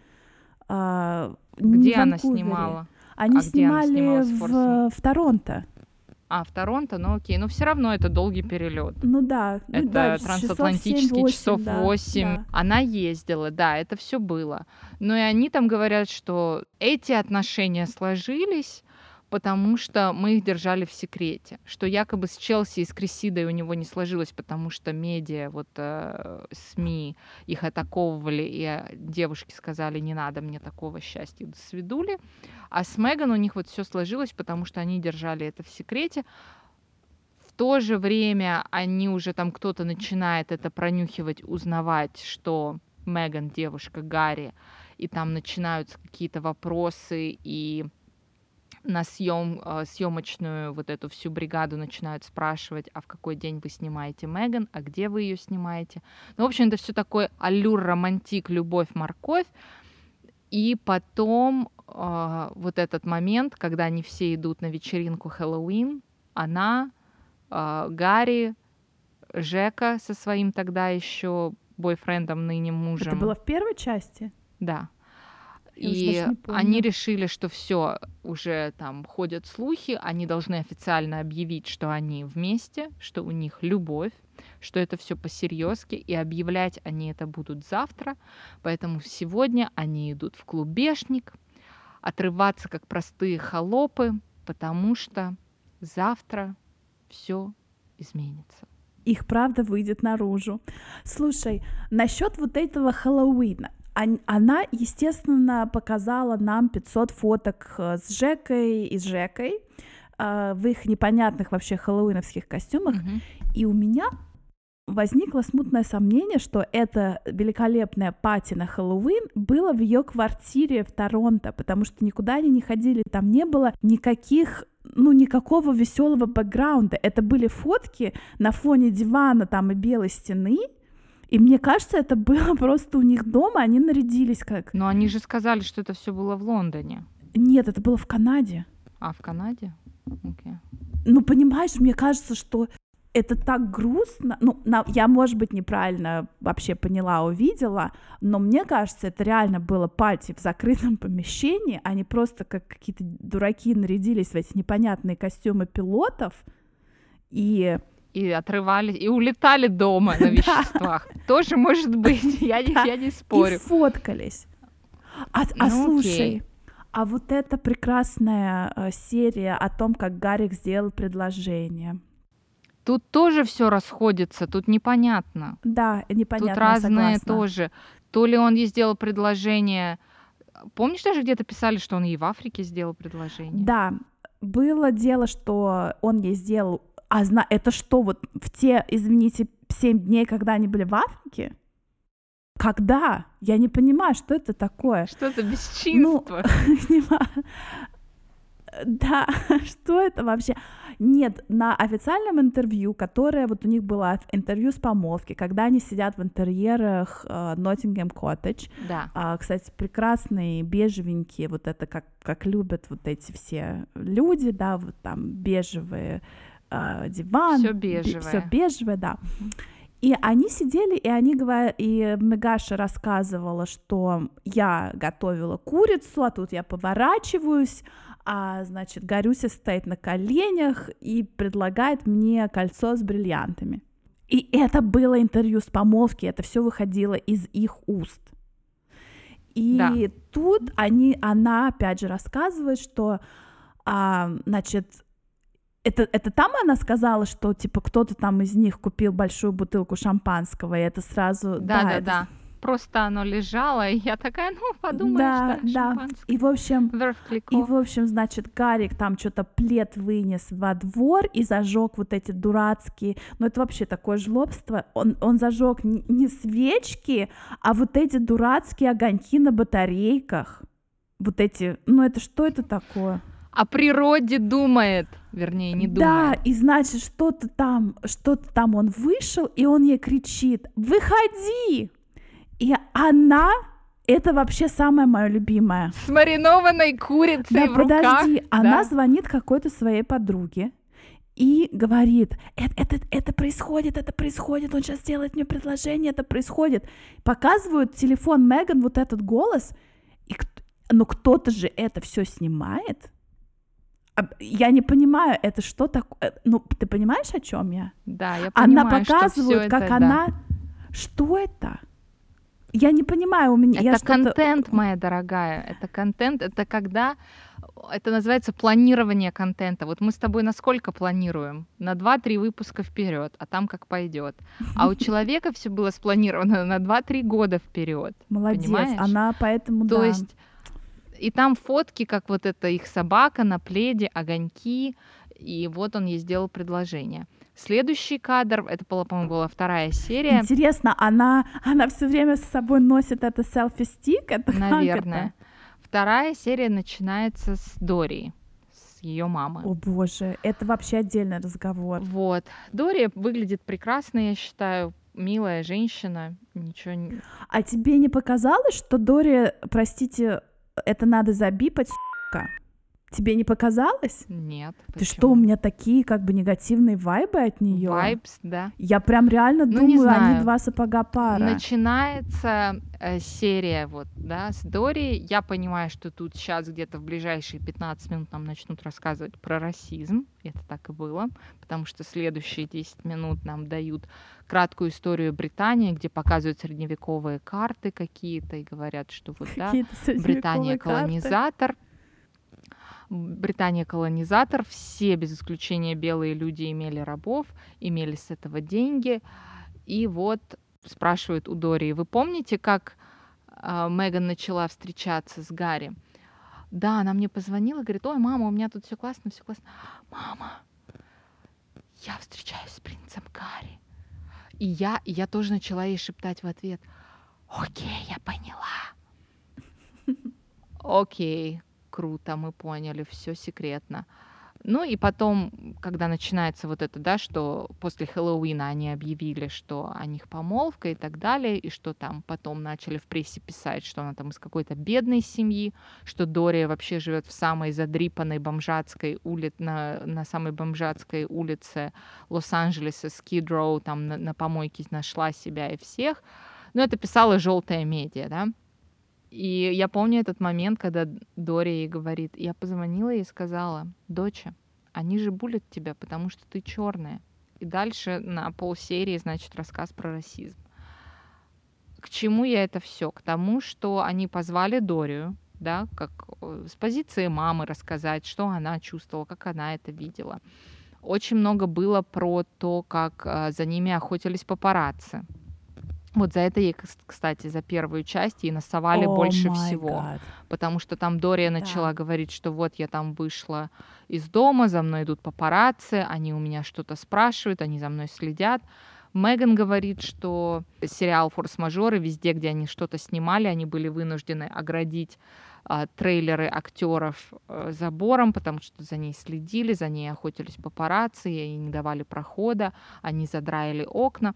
Где она снимала? Они снимали в Торонто. В Торонто, ну окей, но все равно это долгий перелет. Ну да. Это трансатлантический часов 8. Да. Она ездила, да, это все было. Но и они там говорят, что эти отношения сложились, потому что мы их держали в секрете. Что якобы с Челси и с Крессидой у него не сложилось, потому что медиа, вот СМИ их атаковывали, и девушки сказали: не надо мне такого счастья, до свидули. А с Меган у них вот все сложилось, потому что они держали это в секрете. В то же время они уже там, кто-то начинает это пронюхивать, узнавать, что Меган девушка Гарри, и там начинаются какие-то вопросы, и на съемочную вот эту всю бригаду начинают спрашивать: а в какой день вы снимаете Меган, а где вы ее снимаете. Ну, в общем, это все такой аллюр, романтик, любовь, морковь. И потом вот этот момент, когда они все идут на вечеринку Хэллоуин, она, Гарри, Жека со своим тогда еще бойфрендом, ныне мужем. Это было в первой части? Да. Я и они решили, что все, уже там ходят слухи, они должны официально объявить, что они вместе, что у них любовь, что это все по-серьезки, и объявлять они это будут завтра. Поэтому сегодня они идут в клубешник, отрываться как простые холопы, потому что завтра все изменится. Их правда выйдет наружу. Слушай, насчет вот этого Хэллоуина. Она, естественно, показала нам 500 фоток с Жекой и с Жекой в их непонятных вообще хэллоуиновских костюмах. И у меня возникло смутное сомнение, что это великолепное пати на Хэллоуин было в ее квартире в Торонто, потому что никуда они не ходили, там не было никакого веселого бэкграунда. Это были фотки на фоне дивана там и белой стены, и мне кажется, это было просто у них дома, они нарядились как... Но они же сказали, что это все было в Лондоне. Нет, это было в Канаде. А, в Канаде? Окей. Ну, понимаешь, мне кажется, что это так грустно. Ну, я, может быть, неправильно вообще поняла, увидела, но мне кажется, это реально было пати в закрытом помещении, они просто как какие-то дураки нарядились в эти непонятные костюмы пилотов и отрывались, и улетали дома на веществах. Тоже может быть, я не спорю. И фоткались. Слушай, а вот эта прекрасная серия о том, как Гарик сделал предложение. Тут тоже все расходится, тут непонятно. Да, непонятно, тут разные согласна. тоже. То ли он ей сделал предложение... Помнишь, даже где-то писали, что он ей в Африке сделал предложение? Да, было дело, что он ей сделал... это что, вот в те, извините, 7 дней, когда они были в Африке? Когда? Я не понимаю, что это такое. Что-то бесчинство. Да, что это вообще? Нет, на официальном интервью, которое вот у них было интервью с помолвки, когда они сидят в интерьерах Nottingham Cottage. Да. Кстати, прекрасные, бежевенькие, вот это как любят вот эти все люди, да, вот там бежевые диван. Все бежевое. Все бежевое, да. И они сидели, и они говорят, и Мегаша рассказывала, что я готовила курицу, а тут я поворачиваюсь, значит, Гарюся стоит на коленях и предлагает мне кольцо с бриллиантами. И это было интервью с помолвки, это все выходило из их уст. И тут она опять же рассказывает, что, значит, это там она сказала, что, типа, кто-то там из них купил большую бутылку шампанского, и это сразу... Да. Просто оно лежало, и я такая, подумаешь, шампанское. И в общем, значит, Гарик там что-то плед вынес во двор и зажег вот эти дурацкие... Ну, это вообще такое жлобство. Он зажег не свечки, а вот эти дурацкие огоньки на батарейках. Вот эти... это что это такое? О природе думает, вернее, не думает. Да, и значит, что-то там он вышел, и он ей кричит: «Выходи!» И она, это вообще самое мое любимое. С маринованной курицей в руках. Подожди, она звонит какой-то своей подруге и говорит: это происходит, он сейчас делает мне предложение, это происходит. Показывают телефон Меган, вот этот голос, но кто-то же это все снимает. Я не понимаю, это что такое? Ты понимаешь, о чем я? Да, я понимаю, она показывает, что как это, она... Что это? Я не понимаю, у меня... Это контент, моя дорогая. Это контент, это когда... Это называется планирование контента. Вот мы с тобой насколько планируем? На 2-3 выпуска вперед, а там как пойдет. А у человека все было спланировано на 2-3 года вперед. Молодец, понимаешь? она поэтому... То есть... И там фотки, как вот это их собака на пледе, огоньки, и вот он ей сделал предложение. Следующий кадр, это, по-моему, была 2-я серия. Интересно, она все время с собой носит это селфи-стик? Наверное. 2-я серия начинается с Дори, с ее мамы. О боже, это вообще отдельный разговор. Вот. Дори выглядит прекрасно, я считаю, милая женщина, ничего не... А тебе не показалось, что Дори, простите, это надо забипать, сука? Тебе не показалось? Нет. Ты почему? что, у меня такие как бы негативные вайбы от нее? Вайбс, да. Я прям реально думаю, они 2 сапога пара. Начинается серия вот, да, с Дори. Я понимаю, что тут сейчас где-то в ближайшие 15 минут нам начнут рассказывать про расизм. Это так и было, потому что следующие 10 минут нам дают краткую историю Британии, где показывают средневековые карты какие-то и говорят, что вот, да, Британия колонизатор. Британия колонизатор, все без исключения белые люди имели рабов, имели с этого деньги. И вот спрашивают у Дори: вы помните, как Меган начала встречаться с Гарри. Да, она мне позвонила, говорит: ой, мама, у меня тут все классно, все классно. Мама, я встречаюсь с принцем Гарри. И я тоже начала ей шептать в ответ: окей, я поняла. Окей, круто, мы поняли, все секретно. Ну и потом, когда начинается вот это, да, что после Хэллоуина они объявили, что у них помолвка и так далее, и что там потом начали в прессе писать, что она там из какой-то бедной семьи, что Дория вообще живет в самой задрипанной бомжатской улице, на самой бомжатской улице Лос-Анджелеса, Скид-Роу, там на помойке нашла себя и всех. Ну, это писала желтая медиа, да. И я помню этот момент, когда Дори ей говорит, я позвонила ей и сказала: доча, они же булят тебя, потому что ты черная. И дальше на полсерии, значит, рассказ про расизм. К чему я это все? К тому, что они позвали Дорию, да, как с позиции мамы рассказать, что она чувствовала, как она это видела. Очень много было про то, как за ними охотились папарацци. Вот за это ей, кстати, за первую часть ей насовали О больше май всего. гад. Потому что там Дория Да. начала говорить, что вот я там вышла из дома, за мной идут папарацци, они у меня что-то спрашивают, они за мной следят. Меган говорит, что сериал «Форс-мажоры», везде, где они что-то снимали, они были вынуждены оградить трейлеры актеров забором, потому что за ней следили, за ней охотились папарацци, ей не давали прохода, они задраили окна.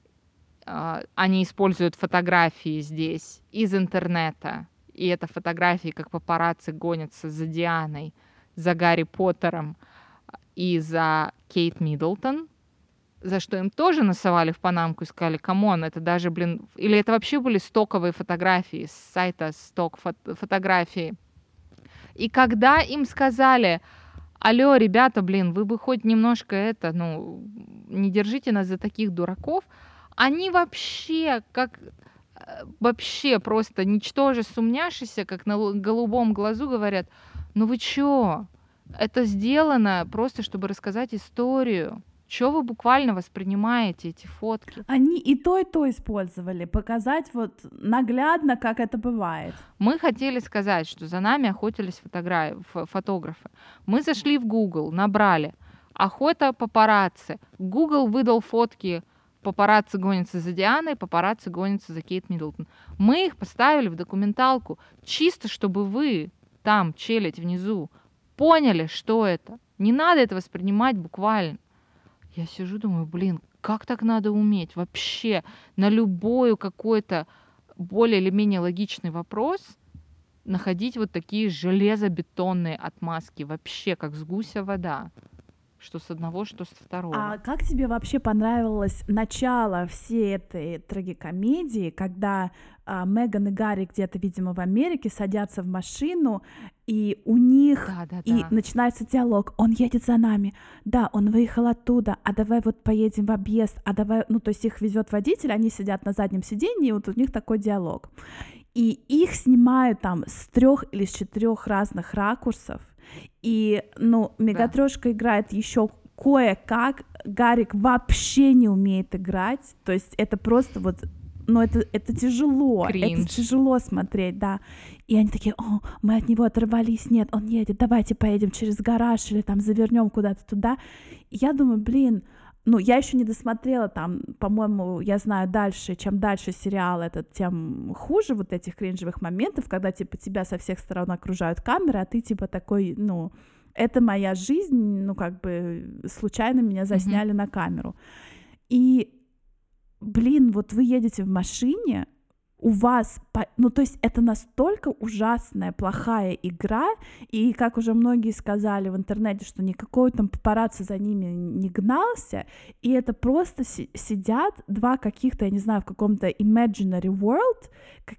Они используют фотографии здесь из интернета. И это фотографии, как папарацци гонятся за Дианой, за Гарри Поттером и за Кейт Миддлтон, за что им тоже насовали в панамку и сказали: камон, это даже, блин... Или это вообще были стоковые фотографии с сайта сток фотографии. И когда им сказали: алло, ребята, блин, вы бы хоть немножко не держите нас за таких дураков, они вообще, вообще просто ничтоже сумняшися, как на голубом глазу говорят: ну вы чё, это сделано просто, чтобы рассказать историю. Чё вы буквально воспринимаете эти фотки? Они и то использовали, показать вот наглядно, как это бывает. Мы хотели сказать, что за нами охотились фотографы. Мы зашли в Google, набрали «охота папарацци». Google выдал фотки: папарацци гонятся за Дианой, папарацци гонятся за Кейт Миддлтон. Мы их поставили в документалку, чисто чтобы вы там, челядь внизу, поняли, что это. Не надо это воспринимать буквально. Я сижу, думаю, блин, как так надо уметь вообще на любой какой-то более или менее логичный вопрос находить вот такие железобетонные отмазки, вообще как с гуся вода. Что с одного, что с второго. А как тебе вообще понравилось начало всей этой трагикомедии, когда Меган и Гарри где-то, видимо, в Америке садятся в машину, и у них и начинается диалог: он едет за нами, да, он выехал оттуда, а давай вот поедем в объезд, а давай, ну, то есть их везет водитель, они сидят на заднем сиденье, и вот у них такой диалог. И их снимают там с 3 или с 4 разных ракурсов. И, Мегатрошка играет еще кое-как, Гарик вообще не умеет играть, то есть это просто вот, это тяжело, Кринж. Это тяжело смотреть, да. И они такие: о, мы от него оторвались, нет, он едет, давайте поедем через гараж или там завернем куда-то туда. И я думаю, блин, я еще не досмотрела там, по-моему, я знаю дальше, чем дальше сериал этот, тем хуже вот этих кринжевых моментов, когда, типа, тебя со всех сторон окружают камеры, а ты, типа, такой, это моя жизнь, как бы случайно меня засняли на камеру. И, блин, вот вы едете в машине, у вас, то есть это настолько ужасная, плохая игра, и, как уже многие сказали в интернете, что никакой там папарацци за ними не гнался, и это просто сидят два каких-то, я не знаю, в каком-то imaginary world,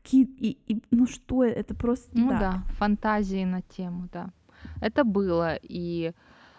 что это просто... Да, фантазии на тему, да. Это было, и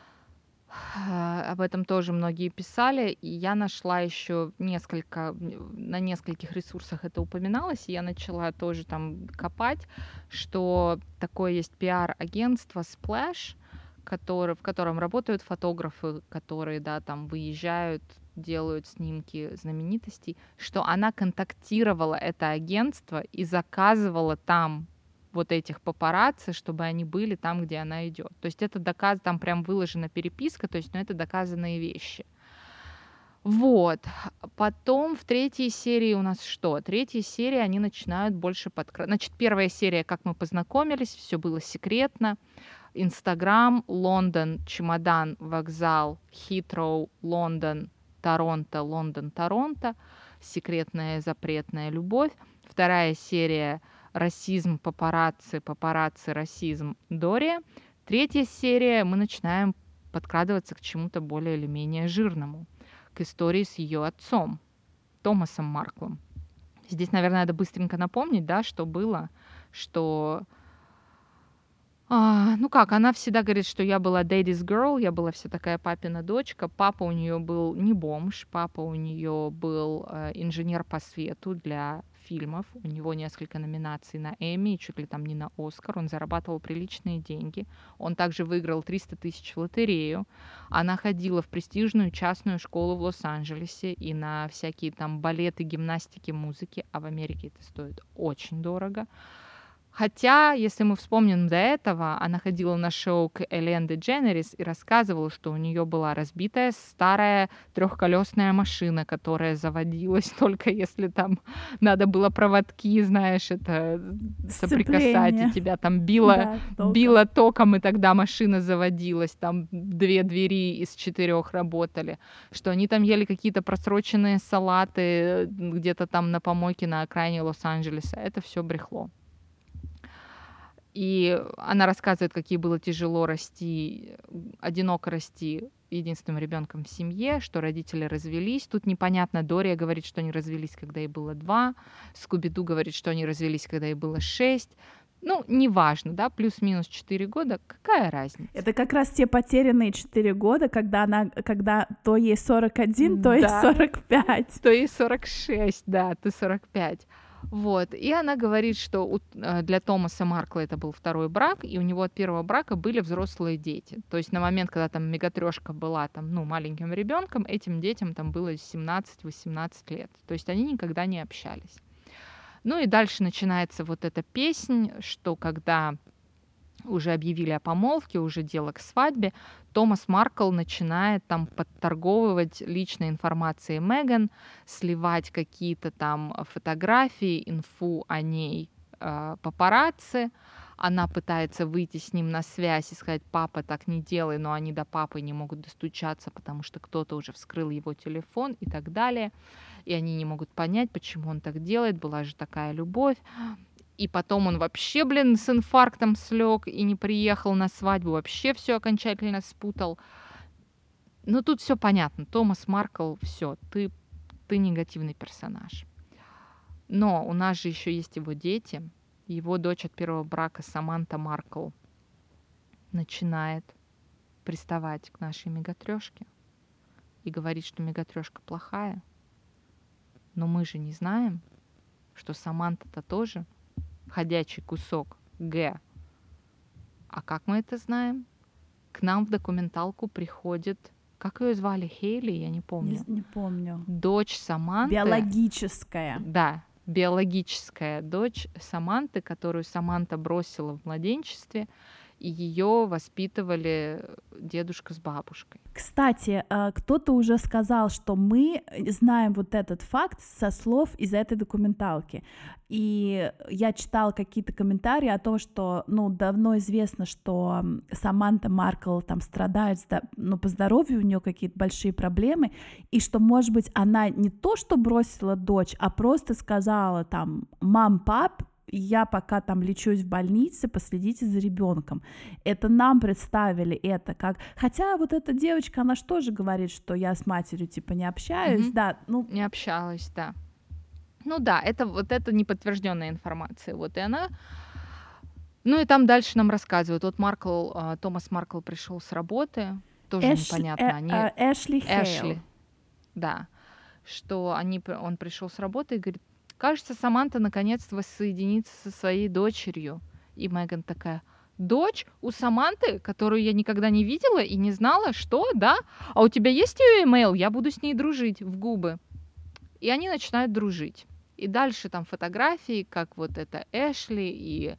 об этом тоже многие писали, и я нашла еще на нескольких ресурсах это упоминалось, и я начала тоже там копать, что такое есть пиар-агентство Splash, в котором работают фотографы, которые, да, там выезжают делают снимки знаменитостей, что она контактировала это агентство и заказывала там вот этих папарацци, чтобы они были там, где она идет. То есть это там прям выложена переписка, то есть, ну, это доказанные вещи. Вот. Потом в третьей серии у нас что? Третья серия, они начинают больше Значит, первая серия, как мы познакомились, все было секретно. Инстаграм, Лондон, чемодан, вокзал, Хитроу, Лондон, Торонто, Лондон, Торонто. Секретная запретная любовь. Вторая серия расизм, папарацци, папарацци, расизм, Дория. Третья серия мы начинаем подкрадываться к чему-то более или менее жирному, к истории с ее отцом, Томасом Марклом. Здесь, наверное, надо быстренько напомнить, да, что было, что... ну как, она всегда говорит, что я была daddy's girl, я была вся такая папина дочка. Папа у нее был не бомж, папа у нее был инженер по свету для фильмов. У него несколько номинаций на Эмми, чуть ли там не на Оскар. Он зарабатывал приличные деньги. Он также выиграл 300 тысяч в лотерею. Она ходила в престижную частную школу в Лос-Анджелесе и на всякие там балеты, гимнастики, музыки. А в Америке это стоит очень дорого. Хотя, если мы вспомним до этого, она ходила на шоу к Эллен Дедженерис и рассказывала, что у нее была разбитая старая трехколесная машина, которая заводилась только если там надо было проводки, знаешь, это соприкасать, и тебя там било током, и тогда машина заводилась, там 2 двери из 4 работали, что они там ели какие-то просроченные салаты где-то там на помойке на окраине Лос-Анджелеса. Это все брехло. И она рассказывает, какие было тяжело расти, одиноко расти единственным ребенком в семье, что родители развелись. Тут непонятно, Дория говорит, что они развелись, когда ей было 2, Скуби-Ду говорит, что они развелись, когда ей было 6. Ну, неважно, да, плюс-минус 4 года, какая разница? Это как раз те потерянные 4 года, когда то ей 41, то ей 45. То ей 46, да, то 45. Вот. И она говорит, что для Томаса Маркла это был второй брак, и у него от первого брака были взрослые дети. То есть на момент, когда там мегатрёшка была там, ну, маленьким ребенком, этим детям там было 17-18 лет. То есть они никогда не общались. Ну и дальше начинается вот эта песнь, что когда уже объявили о помолвке, уже дело к свадьбе, Томас Маркл начинает там подторговывать личной информацией Меган, сливать какие-то там фотографии, инфу о ней папарацци. Она пытается выйти с ним на связь и сказать: папа, так не делай, но они до папы не могут достучаться, потому что кто-то уже вскрыл его телефон и так далее. И они не могут понять, почему он так делает, была же такая любовь. И потом он вообще, с инфарктом слег и не приехал на свадьбу, вообще все окончательно спутал. Но тут все понятно. Томас Маркл, все, ты негативный персонаж. Но у нас же еще есть его дети. Его дочь от первого брака Саманта Маркл начинает приставать к нашей мегатрёшке и говорит, что мегатрёшка плохая. Но мы же не знаем, что Саманта-то тоже ходячий кусок Г. А как мы это знаем? К нам в документалку приходит... Как ее звали? Хейли? Я не помню. Не помню. Дочь Саманты. Биологическая. Да, биологическая дочь Саманты, которую Саманта бросила в младенчестве, и ее воспитывали дедушка с бабушкой. Кстати, кто-то уже сказал, что мы знаем вот этот факт со слов из этой документалки. И я читала какие-то комментарии о том, что, давно известно, что Саманта Маркл там страдает, по здоровью у нее какие-то большие проблемы, и что, может быть, она не то, что бросила дочь, а просто сказала там: мам, пап, я пока там лечусь в больнице, последите за ребенком. Это нам представили это как... Хотя вот эта девочка, она же тоже говорит, что я с матерью типа не общаюсь, да, Не общалась, да. Ну да, это неподтвержденная информация. Вот и она... Ну и там дальше нам рассказывают. Вот Томас Маркл пришел с работы, тоже непонятно. Эшли Хейл. Да. Что он пришел с работы и говорит: кажется, Саманта наконец-то воссоединится со своей дочерью. И Меган такая: дочь у Саманты, которую я никогда не видела и не знала, что, да? А у тебя есть ее имейл? Я буду с ней дружить в губы. И они начинают дружить. И дальше там фотографии, как вот это Эшли и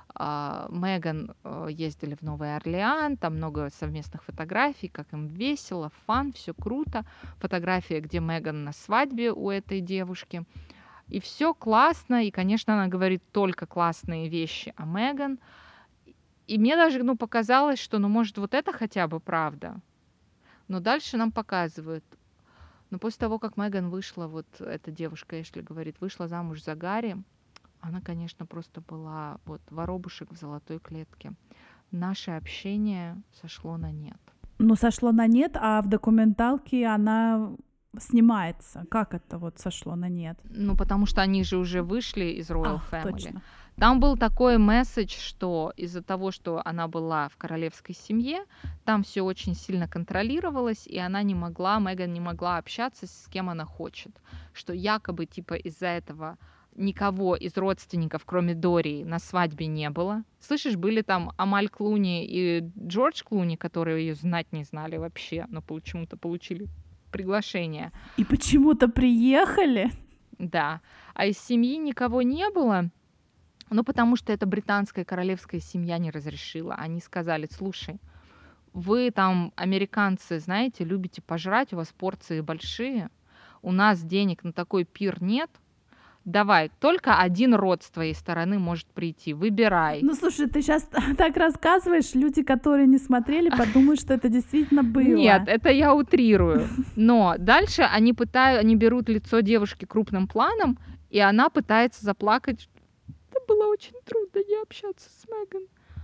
Меган ездили в Новый Орлеан, там много совместных фотографий, как им весело, фан, все круто. Фотография, где Меган на свадьбе у этой девушки. И все классно, и, конечно, она говорит только классные вещи о Меган. И мне даже, показалось, что, может, вот это хотя бы правда. Но дальше нам показывают. Но после того, как Меган вышла, вот эта девушка, Эшли говорит, вышла замуж за Гарри, она, конечно, просто была вот воробушек в золотой клетке. Наше общение сошло на нет. Сошло на нет, а в документалке она снимается. Как это вот сошло на нет? Потому что они же уже вышли из Royal Family. Точно. Там был такой месседж, что из-за того, что она была в королевской семье, там все очень сильно контролировалось, и Меган не могла общаться с кем она хочет. Что якобы из-за этого никого из родственников, кроме Дори, на свадьбе не было. Слышишь, были там Амаль Клуни и Джордж Клуни, которые ее знать не знали вообще, но почему-то получили приглашение. И почему-то приехали. Да. А из семьи никого не было. Потому что эта британская королевская семья не разрешила. Они сказали, слушай, вы там, американцы, знаете, любите пожрать, у вас порции большие, у нас денег на такой пир нет, давай, только один род с твоей стороны может прийти, выбирай. Слушай, ты сейчас так рассказываешь, люди, которые не смотрели, подумают, что это действительно было. Нет, это я утрирую. Но дальше они берут лицо девушки крупным планом, и она пытается заплакать. Было очень трудно не общаться с Меган.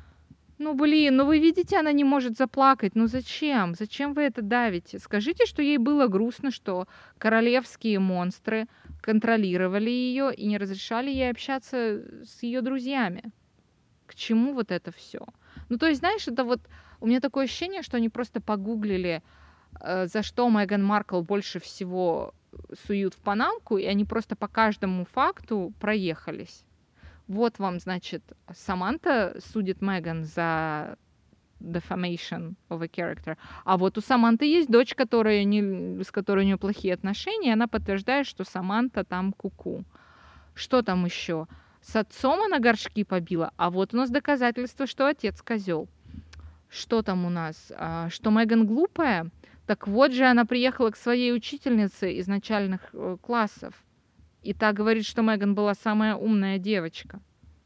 Вы видите, она не может заплакать. Зачем? Зачем вы это давите? Скажите, что ей было грустно, что королевские монстры контролировали ее и не разрешали ей общаться с ее друзьями. К чему вот это все? То есть, знаешь, это вот у меня такое ощущение, что они просто погуглили, за что Меган Маркл больше всего суют в панамку, и они просто по каждому факту проехались. Вот вам, значит, Саманта судит Меган за defamation of a character. А вот у Саманты есть дочь, с которой у нее плохие отношения, и она подтверждает, что Саманта там куку. Что там еще? С отцом она горшки побила, а вот у нас доказательство, что отец козел. Что там у нас? Что Меган глупая? Так вот же она приехала к своей учительнице из начальных классов. И та говорит, что Меган была самая умная девочка.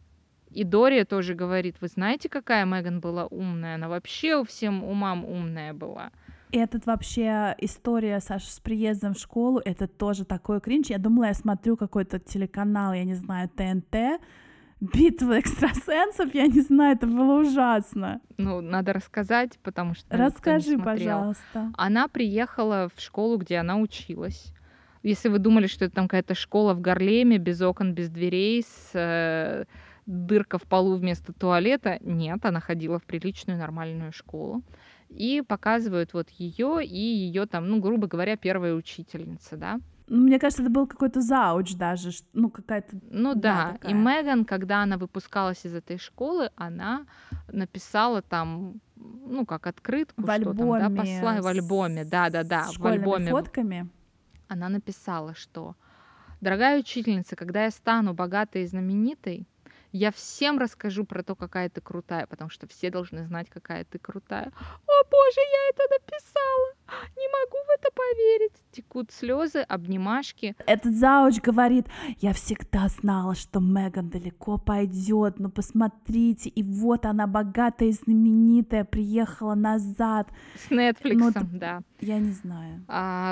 И Дори тоже говорит, вы знаете, какая Меган была умная? Она вообще всем умам умная была. И этот вообще история, Саша, с приездом в школу, это тоже такой кринж. Я думала, я смотрю какой-то телеканал, я не знаю, ТНТ, битва экстрасенсов, я не знаю, это было ужасно. Надо рассказать, потому что... Расскажи, пожалуйста. Она приехала в школу, где она училась. Если вы думали, что это там какая-то школа в Гарлеме, без окон, без дверей, с дырка в полу вместо туалета, нет, она ходила в приличную нормальную школу. И показывают вот ее и ее там, грубо говоря, первая учительница, да. Мне кажется, это был какой-то зауч даже, какая-то... Да, и Меган, когда она выпускалась из этой школы, она написала там, как открытку, в альбоме, что там, да, послание в альбоме, да, с школьными фотками. Она написала, что «Дорогая учительница, когда я стану богатой и знаменитой, я всем расскажу про то, какая ты крутая, потому что все должны знать, какая ты крутая». О, боже, я это написала! Не могу в это поверить. Текут слезы, обнимашки. Этот зауч говорит, я всегда знала, что Меган далеко пойдет, но посмотрите, и вот она богатая и знаменитая, приехала назад. С Netflix, да. Я не знаю.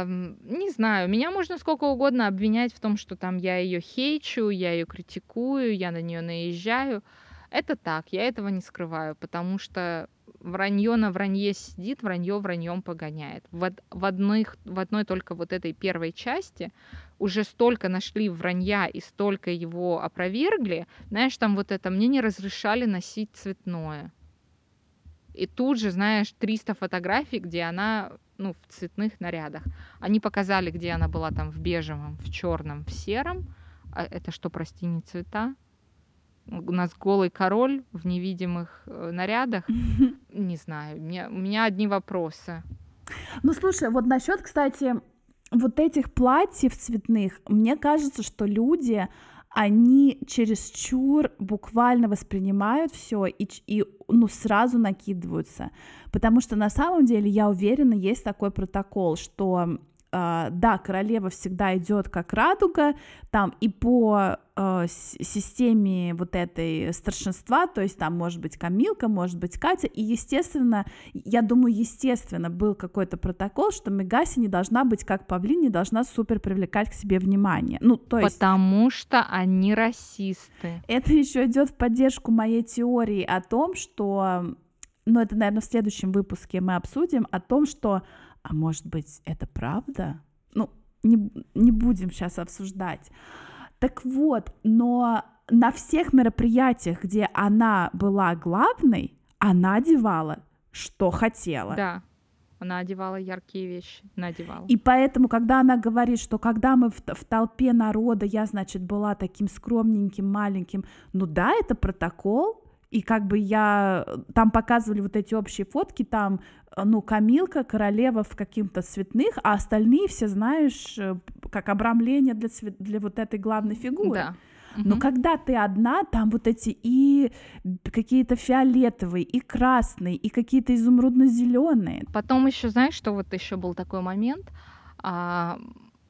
Не знаю, меня можно сколько угодно обвинять в том, что там я ее хейчу, я ее критикую, я на нее наезжаю. Это так, я этого не скрываю, потому что вранье на вранье сидит, вранье враньем погоняет. В одной только вот этой первой части уже столько нашли вранья и столько его опровергли. Знаешь, там вот это «мне не разрешали носить цветное». И тут же, знаешь, 300 фотографий, где она, в цветных нарядах. Они показали, где она была там в бежевом, в черном, в сером. А это что, прости, не цвета? у нас голый король в невидимых нарядах. Не знаю, у меня одни вопросы. Ну, слушай, вот насчет, кстати, вот этих платьев цветных, мне кажется, что люди, они чересчур буквально воспринимают все и ну, сразу накидываются. Потому что на самом деле, я уверена, есть такой протокол, что да, королева всегда идет как радуга, там и по системе вот этой старшинства, то есть там может быть Камилка, может быть Катя, и естественно, я думаю, естественно, был какой-то протокол, что Мегаси не должна быть как павлин, не должна супер привлекать к себе внимание. Ну, то есть... Потому что они расисты. Это еще идет в поддержку моей теории о том, что, ну, это, наверное, в следующем выпуске мы обсудим, о том, что а может быть, это правда? Ну, не будем сейчас обсуждать. Так вот, но на всех мероприятиях, где она была главной, она одевала, что хотела. Да, она одевала яркие вещи, надевала. И поэтому, когда она говорит, что когда мы в толпе народа, я, значит, была таким скромненьким, маленьким, ну да, это протокол. И как бы там показывали вот эти общие фотки, там, ну, Камилка, королева в каких-то цветных, а остальные все, знаешь, как обрамление для вот этой главной фигуры. Да. Но когда ты одна, там вот эти и какие-то фиолетовые, и красные, и какие-то изумрудно-зеленые. Потом еще, знаешь, что вот еще был такой момент, она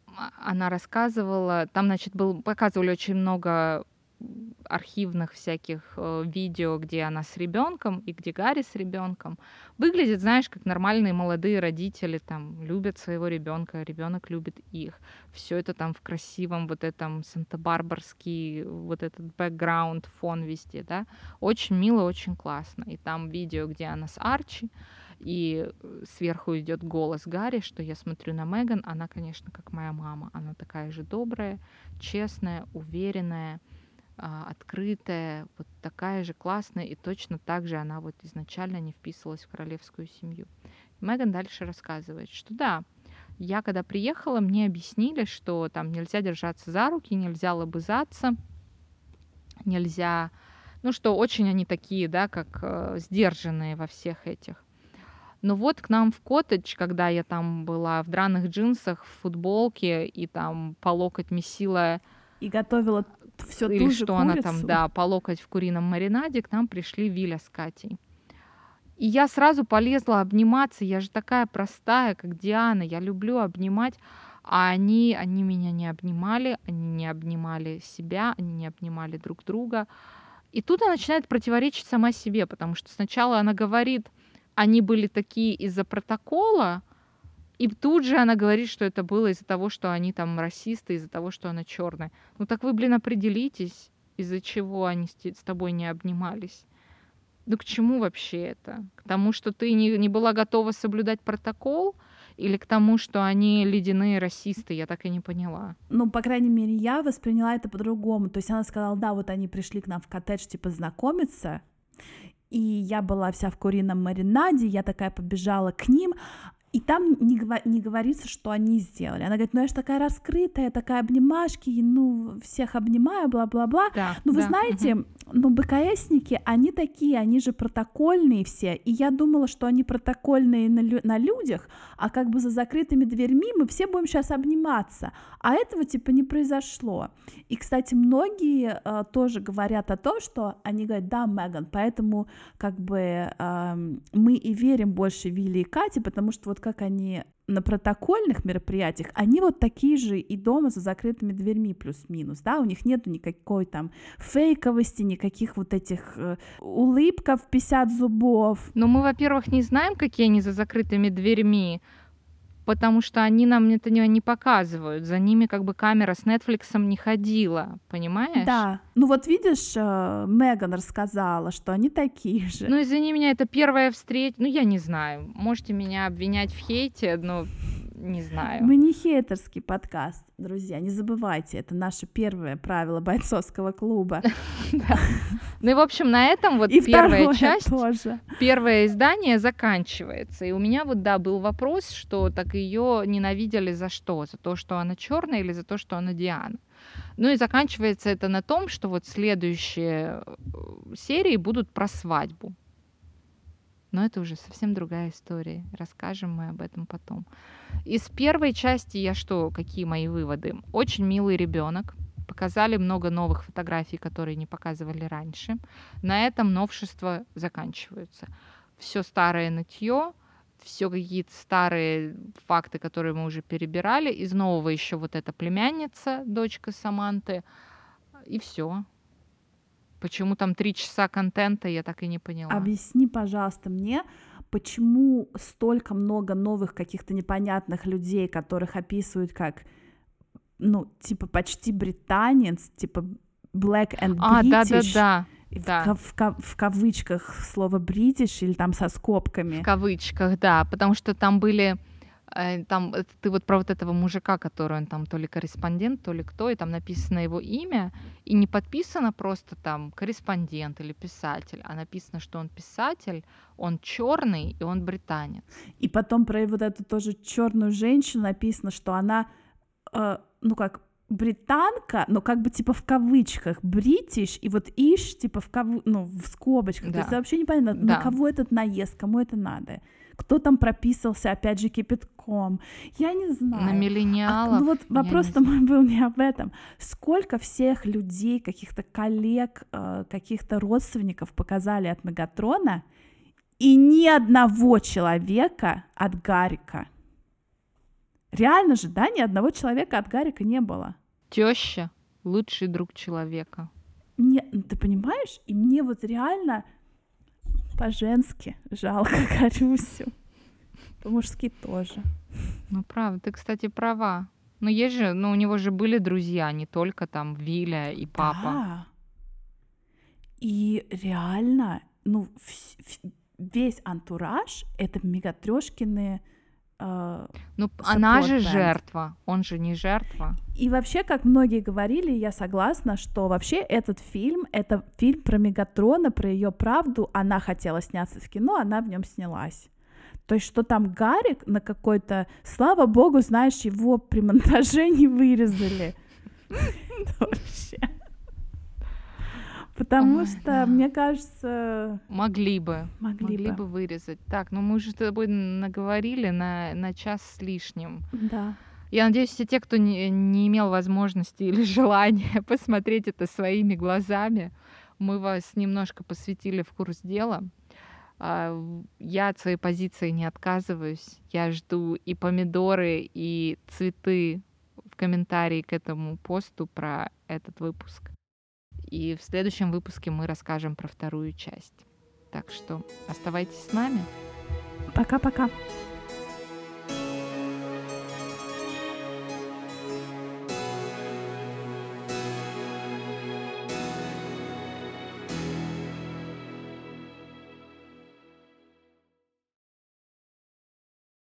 рассказывала, там, значит, показывали очень много архивных всяких видео, где она с ребенком и где Гарри с ребенком. Выглядит, знаешь, как нормальные молодые родители, там, любят своего ребенка, ребенок любит их. Все это там в красивом вот этом санта-барбарский, вот этот бэкграунд, фон везде, да. Очень мило, очень классно. И там видео, где она с Арчи, и сверху идет голос Гарри, что я смотрю на Меган, она, конечно, как моя мама. Она такая же добрая, честная, уверенная, открытая, вот такая же классная, и точно так же она вот изначально не вписывалась в королевскую семью. Меган дальше рассказывает, что да, я когда приехала, мне объяснили, что там нельзя держаться за руки, нельзя лобызаться, нельзя, ну что очень они такие, да, как сдержанные во всех этих. Но вот к нам в коттедж, когда я там была в драных джинсах, в футболке и там по локоть месила и готовила все или ту же что курицу. она там, да, по локоть в курином маринаде, к нам пришли Виля с Катей. И я сразу полезла обниматься, я же такая простая, как Диана, я люблю обнимать, а они меня не обнимали, они не обнимали себя, они не обнимали друг друга. И тут она начинает противоречить сама себе, потому что сначала она говорит, они были такие из-за протокола, и тут же она говорит, что это было из-за того, что они там расисты, из-за того, что она черная. Ну так вы, блин, определитесь, из-за чего они с тобой не обнимались. Ну к чему вообще это? К тому, что ты не была готова соблюдать протокол? Или к тому, что они ледяные расисты? Я так и не поняла. Ну, по крайней мере, я восприняла это по-другому. То есть она сказала, да, вот они пришли к нам в коттедж, типа, знакомиться, и я была вся в курином маринаде, я такая побежала к ним, и там не говорится, что они сделали. Она говорит, ну я же такая раскрытая, такая обнимашки, ну всех обнимаю, бла-бла-бла. Да, ну вы знаете, ну БКСники, они такие, они же протокольные все, и я думала, что они протокольные на людях, а как бы за закрытыми дверьми мы все будем сейчас обниматься, а этого типа не произошло. И, кстати, многие тоже говорят о том, что они говорят, да, Меган, поэтому как бы мы и верим больше Вилли и Кате, потому что вот как они на протокольных мероприятиях, они вот такие же и дома за закрытыми дверьми плюс-минус, да, у них нету никакой там фейковости, никаких вот этих улыбков 50 зубов. Но мы, во-первых, не знаем, какие они за закрытыми дверьми, потому что они нам это не показывают. За ними как бы камера с Netflix не ходила, понимаешь? Да, ну вот видишь, Меган рассказала, что они такие же. Ну извини меня, это первая встреча, ну я не знаю, можете меня обвинять в хейте, но не знаю. Мы не хейтерский подкаст, друзья, не забывайте, это наше первое правило бойцовского клуба. Ну и в общем на этом вот первая часть, первое издание заканчивается. И у меня вот да был вопрос, что так ее ненавидели за что? За то, что она черная или за то, что она Диана? Ну и заканчивается это на том, что вот следующие серии будут про свадьбу. Но это уже совсем другая история. Расскажем мы об этом потом. Из первой части какие мои выводы? Очень милый ребенок. Показали много новых фотографий, которые не показывали раньше. На этом новшества заканчиваются. Все старое нытье, все какие-то старые факты, которые мы уже перебирали. Из нового еще вот эта племянница, дочка Саманты. И все. Почему там 3 часа контента, я так и не поняла. Объясни, пожалуйста, мне, почему столько много новых каких-то непонятных людей, которых описывают как, ну, типа почти британец, типа black and British. Да. В кавычках слово British или там со скобками. В кавычках, да, потому что там были... Там ты вот про вот этого мужика, который он там то ли корреспондент, то ли кто, и там написано его имя, и не подписано просто там корреспондент или писатель, а написано, что он писатель, он черный и он британец. И потом про вот эту тоже черную женщину написано, что она, ну как британка, но как бы типа в кавычках British, и вот иш типа в скобочках. Да. То есть вообще непонятно, на кого этот наезд, кому это надо. Кто там прописался, опять же, кипятком? Я не знаю. На миллениалов. Ну вот вопрос-то мой был не об этом. Сколько всех людей, каких-то коллег, каких-то родственников показали от Мегатрона, и ни одного человека от Гарика. Реально же, да? Ни одного человека от Гарика не было. Теща — лучший друг человека. Ты понимаешь? И мне вот реально... По-женски жалко Гарюсю. По-мужски тоже. Ну, правда, ты, кстати, права. Но есть же, у него же были друзья, не только там Виля и папа. Да. И реально, весь антураж — это Мегатрёшкины. Она же жертва, он же не жертва. И вообще, как многие говорили, я согласна, что вообще этот фильм — это фильм про Мегатрона, про ее правду. Она хотела сняться в кино, она в нем снялась. То есть, что там Гарик на какой-то... Слава богу, знаешь, его при монтаже не вырезали. Вообще. Потому что, мне кажется... Могли бы вырезать. Так, мы уже с тобой наговорили на час с лишним. Да. Я надеюсь, все те, кто не имел возможности или желания посмотреть это своими глазами, мы вас немножко посвятили в курс дела. Я от своей позиции не отказываюсь. Я жду и помидоры, и цветы в комментарии к этому посту про этот выпуск. И в следующем выпуске мы расскажем про вторую часть. Так что оставайтесь с нами. Пока-пока.